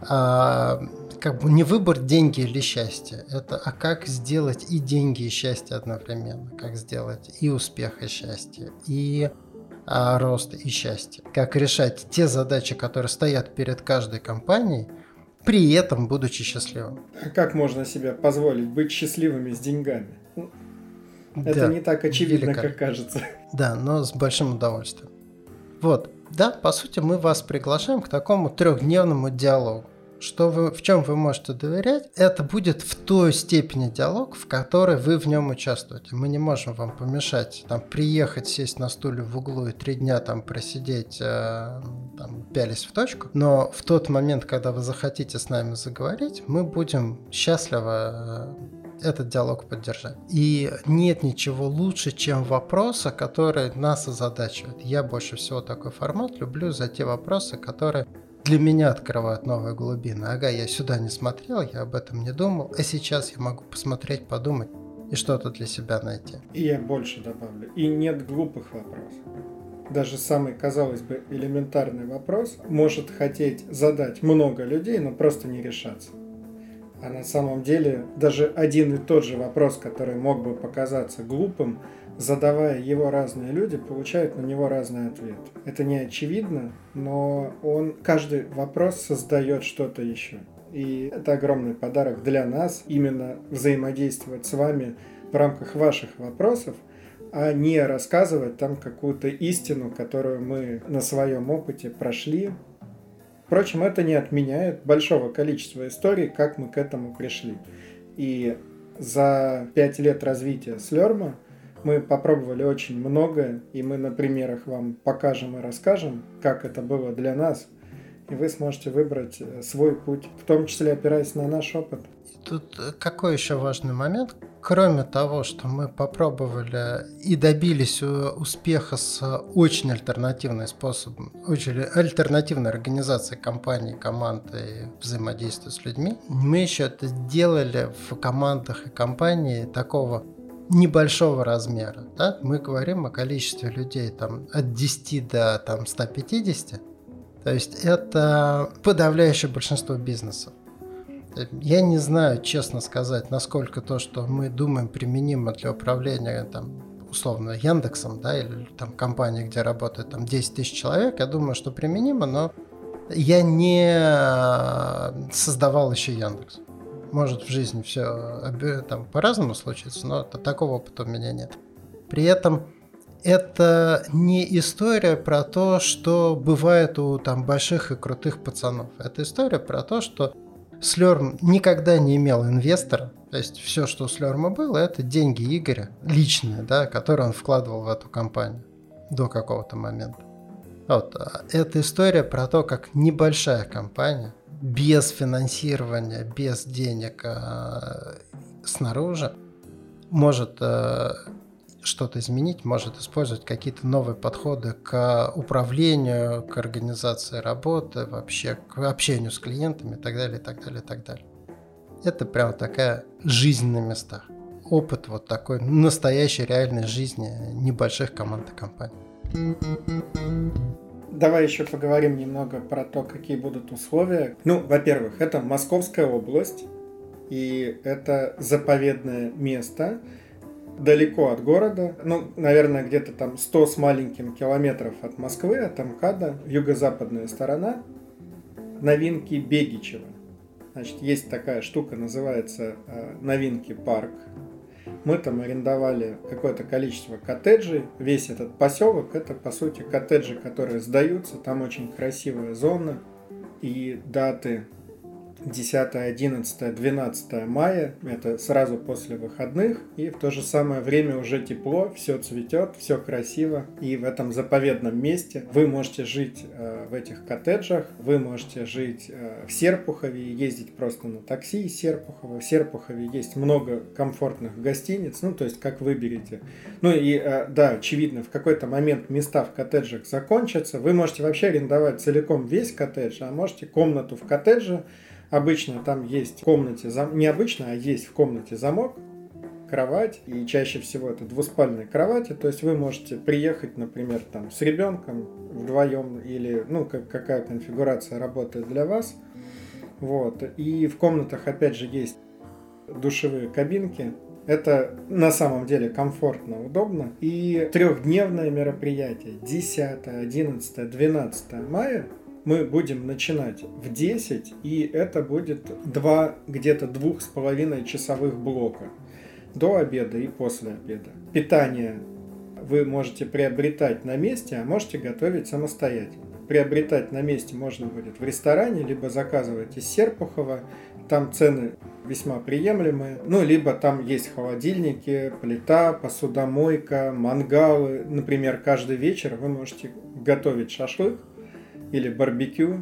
а, как бы не выбор деньги или счастье. Это а как сделать и деньги, и счастье одновременно. Как сделать и успех, и счастье, и а, рост, и счастье. Как решать те задачи, которые стоят перед каждой компанией, при этом будучи счастливым. А как можно себе позволить быть счастливыми с деньгами? Это да, не так очевидно, как кажется. Да, но с большим удовольствием. Вот, да, по сути, мы вас приглашаем к такому трехдневному диалогу. Что вы, в чем вы можете доверять, это будет в той степени диалог, в которой вы в нем участвуете. Мы не можем вам помешать там, приехать, сесть на стуле в углу и три дня там просидеть, э, там, пялись в точку. Но в тот момент, когда вы захотите с нами заговорить, мы будем счастливы э, этот диалог поддержать. И нет ничего лучше, чем вопросы, которые нас озадачивают. Я больше всего такой формат люблю за те вопросы, которые для меня открывают новые глубины. Ага, я сюда не смотрел, я об этом не думал, а сейчас я могу посмотреть, подумать и что-то для себя найти. И я больше добавлю. И нет глупых вопросов. Даже самый, казалось бы, элементарный вопрос может хотеть задать много людей, но просто не решаться. А на самом деле даже один и тот же вопрос, который мог бы показаться глупым, задавая его разные люди, получают на него разный ответ. Это не очевидно, но он, каждый вопрос создает что-то еще. И это огромный подарок для нас, именно взаимодействовать с вами в рамках ваших вопросов, а не рассказывать там какую-то истину, которую мы на своем опыте прошли. Впрочем, это не отменяет большого количества историй, как мы к этому пришли. И за пять лет развития Slurm мы попробовали очень многое, и мы на примерах вам покажем и расскажем, как это было для нас, и вы сможете выбрать свой путь, в том числе опираясь на наш опыт. Тут какой еще важный момент? Кроме того, что мы попробовали и добились успеха с очень альтернативным способом, очень альтернативной организацией компаний, команд и взаимодействия с людьми, мы еще это делали в командах и компании такого небольшого размера. Да? Мы говорим о количестве людей там, от десяти до там, ста пятидесяти. То есть это подавляющее большинство бизнесов. Я не знаю, честно сказать, насколько то, что мы думаем, применимо для управления там, условно Яндексом, да, или там компанией, где работает там, десять тысяч человек. Я думаю, что применимо, но я не создавал еще Яндекс. Может, в жизни все там по-разному случится, но такого опыта у меня нет. При этом это не история про то, что бывает у там, больших и крутых пацанов. Это история про то, что Slurm никогда не имел инвестора. То есть все, что у Slurm было, это деньги Игоря, личные, да, которые он вкладывал в эту компанию до какого-то момента. Вот. Это история про то, как небольшая компания без финансирования, без денег э, снаружи может э, что-то изменить, может использовать какие-то новые подходы к управлению, к организации работы, вообще к общению с клиентами и так далее, и так далее, и так далее. Это прям такая жизнь на местах. Опыт вот такой настоящей реальной жизни небольших команд и компаний. Давай еще поговорим немного про то, какие будут условия. Ну, во-первых, это Московская область, и это заповедное место, далеко от города, ну, наверное, где-то там сто с маленьким километров от Москвы, от МКАДа, юго-западная сторона, Новинки Бегичево. Значит, есть такая штука, называется э, Новинки парк. Мы там арендовали какое-то количество коттеджей. Весь этот поселок — это, по сути, коттеджи, которые сдаются. Там очень красивая зона. и даты десятое, одиннадцатое, двенадцатое мая, это сразу после выходных, и в то же самое время уже тепло, все цветет, все красиво, и в этом заповедном месте вы можете жить э, в этих коттеджах, вы можете жить э, в Серпухове, ездить просто на такси из Серпухова. В Серпухове есть много комфортных гостиниц, ну, то есть как выберете. Ну и, э, да, очевидно, в какой-то момент места в коттеджах закончатся, вы можете вообще арендовать целиком весь коттедж, а можете комнату в коттедже. Обычно там есть в комнате, зам... не обычно, а есть в комнате замок, кровать, и чаще всего это двуспальные кровати, то есть вы можете приехать, например, там с ребенком вдвоем, или, ну, как, какая конфигурация работает для вас, вот, и в комнатах, опять же, есть душевые кабинки, это на самом деле комфортно, удобно, и трехдневное мероприятие десятое, одиннадцатое, двенадцатое мая мы будем начинать в десять, и это будет два, где-то двух с половиной часовых блока. До обеда и после обеда. Питание вы можете приобретать на месте, а можете готовить самостоятельно. Приобретать на месте можно будет в ресторане, либо заказывать из Серпухова. Там цены весьма приемлемые. Ну, либо там есть холодильники, плита, посудомойка, мангалы. Например, каждый вечер вы можете готовить шашлык или барбекю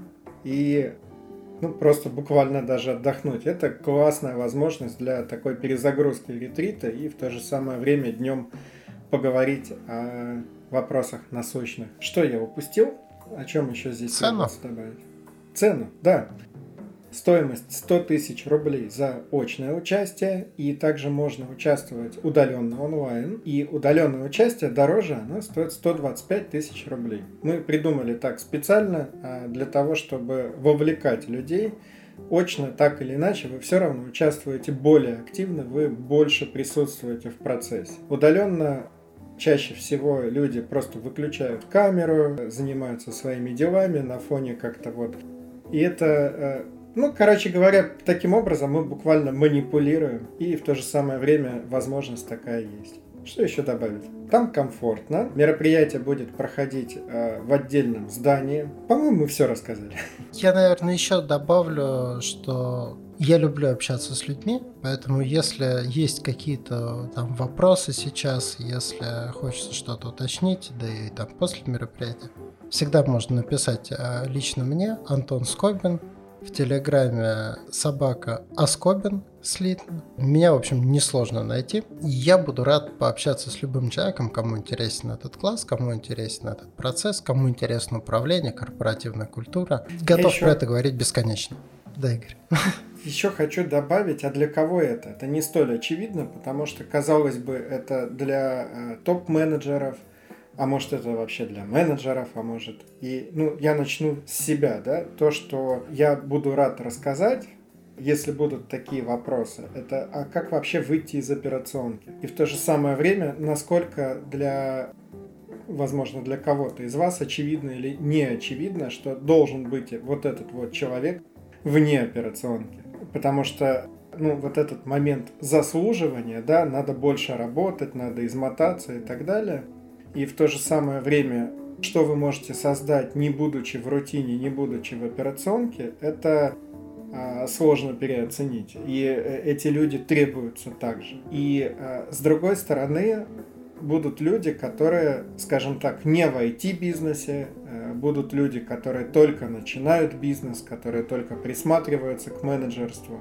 и ну, просто буквально даже отдохнуть. Это классная возможность для такой перезагрузки ретрита и в то же самое время днем поговорить о вопросах насущных. Что я упустил? О чем еще здесь Цену. добавить? Цену, да. Стоимость сто тысяч рублей за очное участие, и также можно участвовать удаленно онлайн. И удаленное участие дороже, оно стоит сто двадцать пять тысяч рублей. Мы придумали так специально для того, чтобы вовлекать людей. Очно, так или иначе, вы все равно участвуете более активно, вы больше присутствуете в процессе. Удаленно чаще всего люди просто выключают камеру, занимаются своими делами на фоне как-то вот. И это... Ну, короче говоря, таким образом мы буквально манипулируем, и в то же самое время возможность такая есть. Что еще добавить? Там комфортно, мероприятие будет проходить э, в отдельном здании. По-моему, мы все рассказали. Я, наверное, еще добавлю, что я люблю общаться с людьми, поэтому если есть какие-то там вопросы сейчас, если хочется что-то уточнить, да и там после мероприятия, всегда можно написать э, лично мне, Антон Скобин. В Телеграме собака Аскобин слитно. Меня, в общем, несложно найти. Я буду рад пообщаться с любым человеком, кому интересен этот класс, кому интересен этот процесс, кому интересно управление, корпоративная культура. Готов еще... про это говорить бесконечно. Да, Игорь. Еще хочу добавить, а для кого это? Это не столь очевидно, потому что, казалось бы, это для э, топ-менеджеров, а может это вообще для менеджеров, а может... И, ну, я начну с себя, да, то, что я буду рад рассказать, если будут такие вопросы, это а как вообще выйти из операционки? И в то же самое время, насколько для, возможно, для кого-то из вас очевидно или не очевидно, что должен быть вот этот вот человек вне операционки. Потому что ну, вот этот момент заслуживания, да, надо больше работать, надо измотаться и так далее. И в то же самое время, что вы можете создать, не будучи в рутине, не будучи в операционке, это а, сложно переоценить. И эти люди требуются также. И а, с другой стороны, будут люди, которые, скажем так, не в ай ти-бизнесе, а, будут люди, которые только начинают бизнес, которые только присматриваются к менеджерству.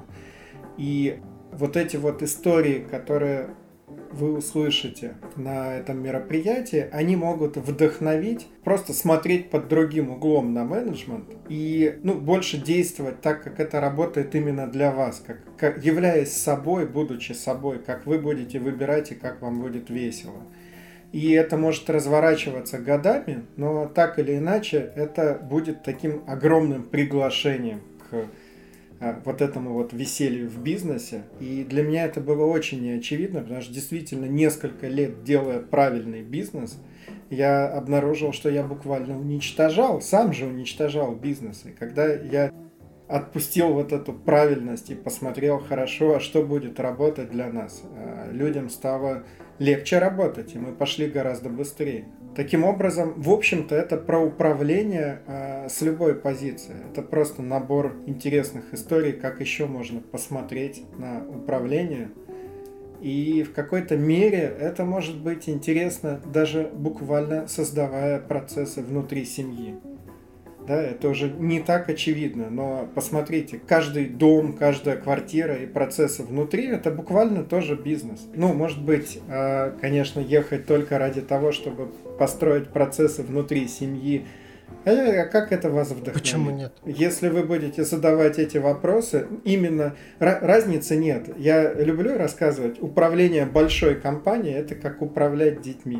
И вот эти вот истории, которые вы услышите на этом мероприятии, они могут вдохновить, просто смотреть под другим углом на менеджмент и ну, больше действовать так, как это работает именно для вас, как, как, являясь собой, будучи собой, как вы будете выбирать и как вам будет весело. И это может разворачиваться годами, но так или иначе это будет таким огромным приглашением к вот этому вот веселью в бизнесе. И для меня это было очень неочевидно, потому что действительно несколько лет делая правильный бизнес, я обнаружил, что я буквально уничтожал, сам же уничтожал бизнес. И когда я отпустил вот эту правильность и посмотрел хорошо, а что будет работать для нас, людям стало легче работать, и мы пошли гораздо быстрее. Таким образом, в общем-то, это про управление э, с любой позиции. Это просто набор интересных историй, как еще можно посмотреть на управление. И в какой-то мере это может быть интересно, даже буквально создавая процессы внутри семьи. Да, это уже не так очевидно, но посмотрите, каждый дом, каждая квартира и процессы внутри – это буквально тоже бизнес. Ну, может быть, конечно, ехать только ради того, чтобы построить процессы внутри семьи. А как это вас вдохновит? Почему нет? Если вы будете задавать эти вопросы, именно разницы нет. Я люблю рассказывать, управление большой компанией – это как управлять детьми.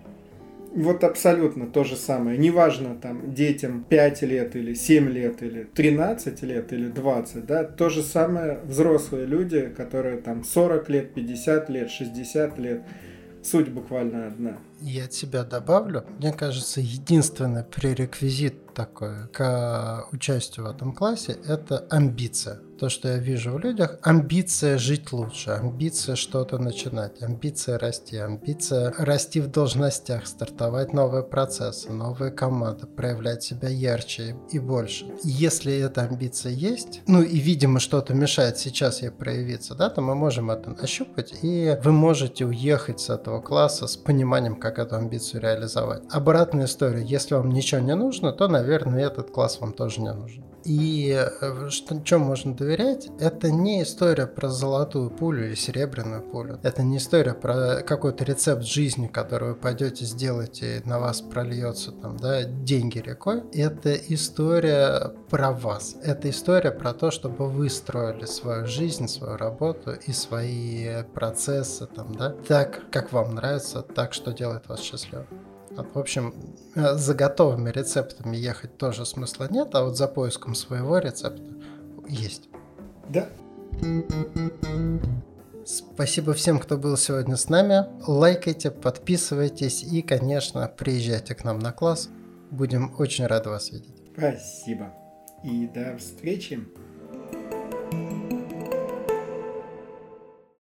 Вот абсолютно то же самое. Неважно, там, детям пять лет или семь лет, или тринадцать лет, или двадцать, да, то же самое взрослые люди, которые там сорок лет, пятьдесят лет, шестьдесят лет. Суть буквально одна. Я от себя добавлю. Мне кажется, единственный пререквизит такой к участию в этом классе – это амбиция. То, что я вижу в людях, амбиция жить лучше, амбиция что-то начинать, амбиция расти, амбиция расти в должностях, стартовать новые процессы, новые команды, проявлять себя ярче и больше. Если эта амбиция есть, ну и, видимо, что-то мешает сейчас ей проявиться, да, то мы можем это нащупать, и вы можете уехать с этого класса с пониманием, как эту амбицию реализовать. Обратная история. Если вам ничего не нужно, то, наверное, этот класс вам тоже не нужен. И что, чем можно доверять, это не история про золотую пулю или серебряную пулю. Это не история про какой-то рецепт жизни, который вы пойдете сделаете, и на вас прольется там, да, деньги рекой. Это история про вас. Это история про то, чтобы вы строили свою жизнь, свою работу и свои процессы там, да, так, как вам нравится, так, что делает вас счастливым. В общем, за готовыми рецептами ехать тоже смысла нет, а вот за поиском своего рецепта есть. Да. Спасибо всем, кто был сегодня с нами. Лайкайте, подписывайтесь и, конечно, приезжайте к нам на класс. Будем очень рады вас видеть. Спасибо. И до встречи.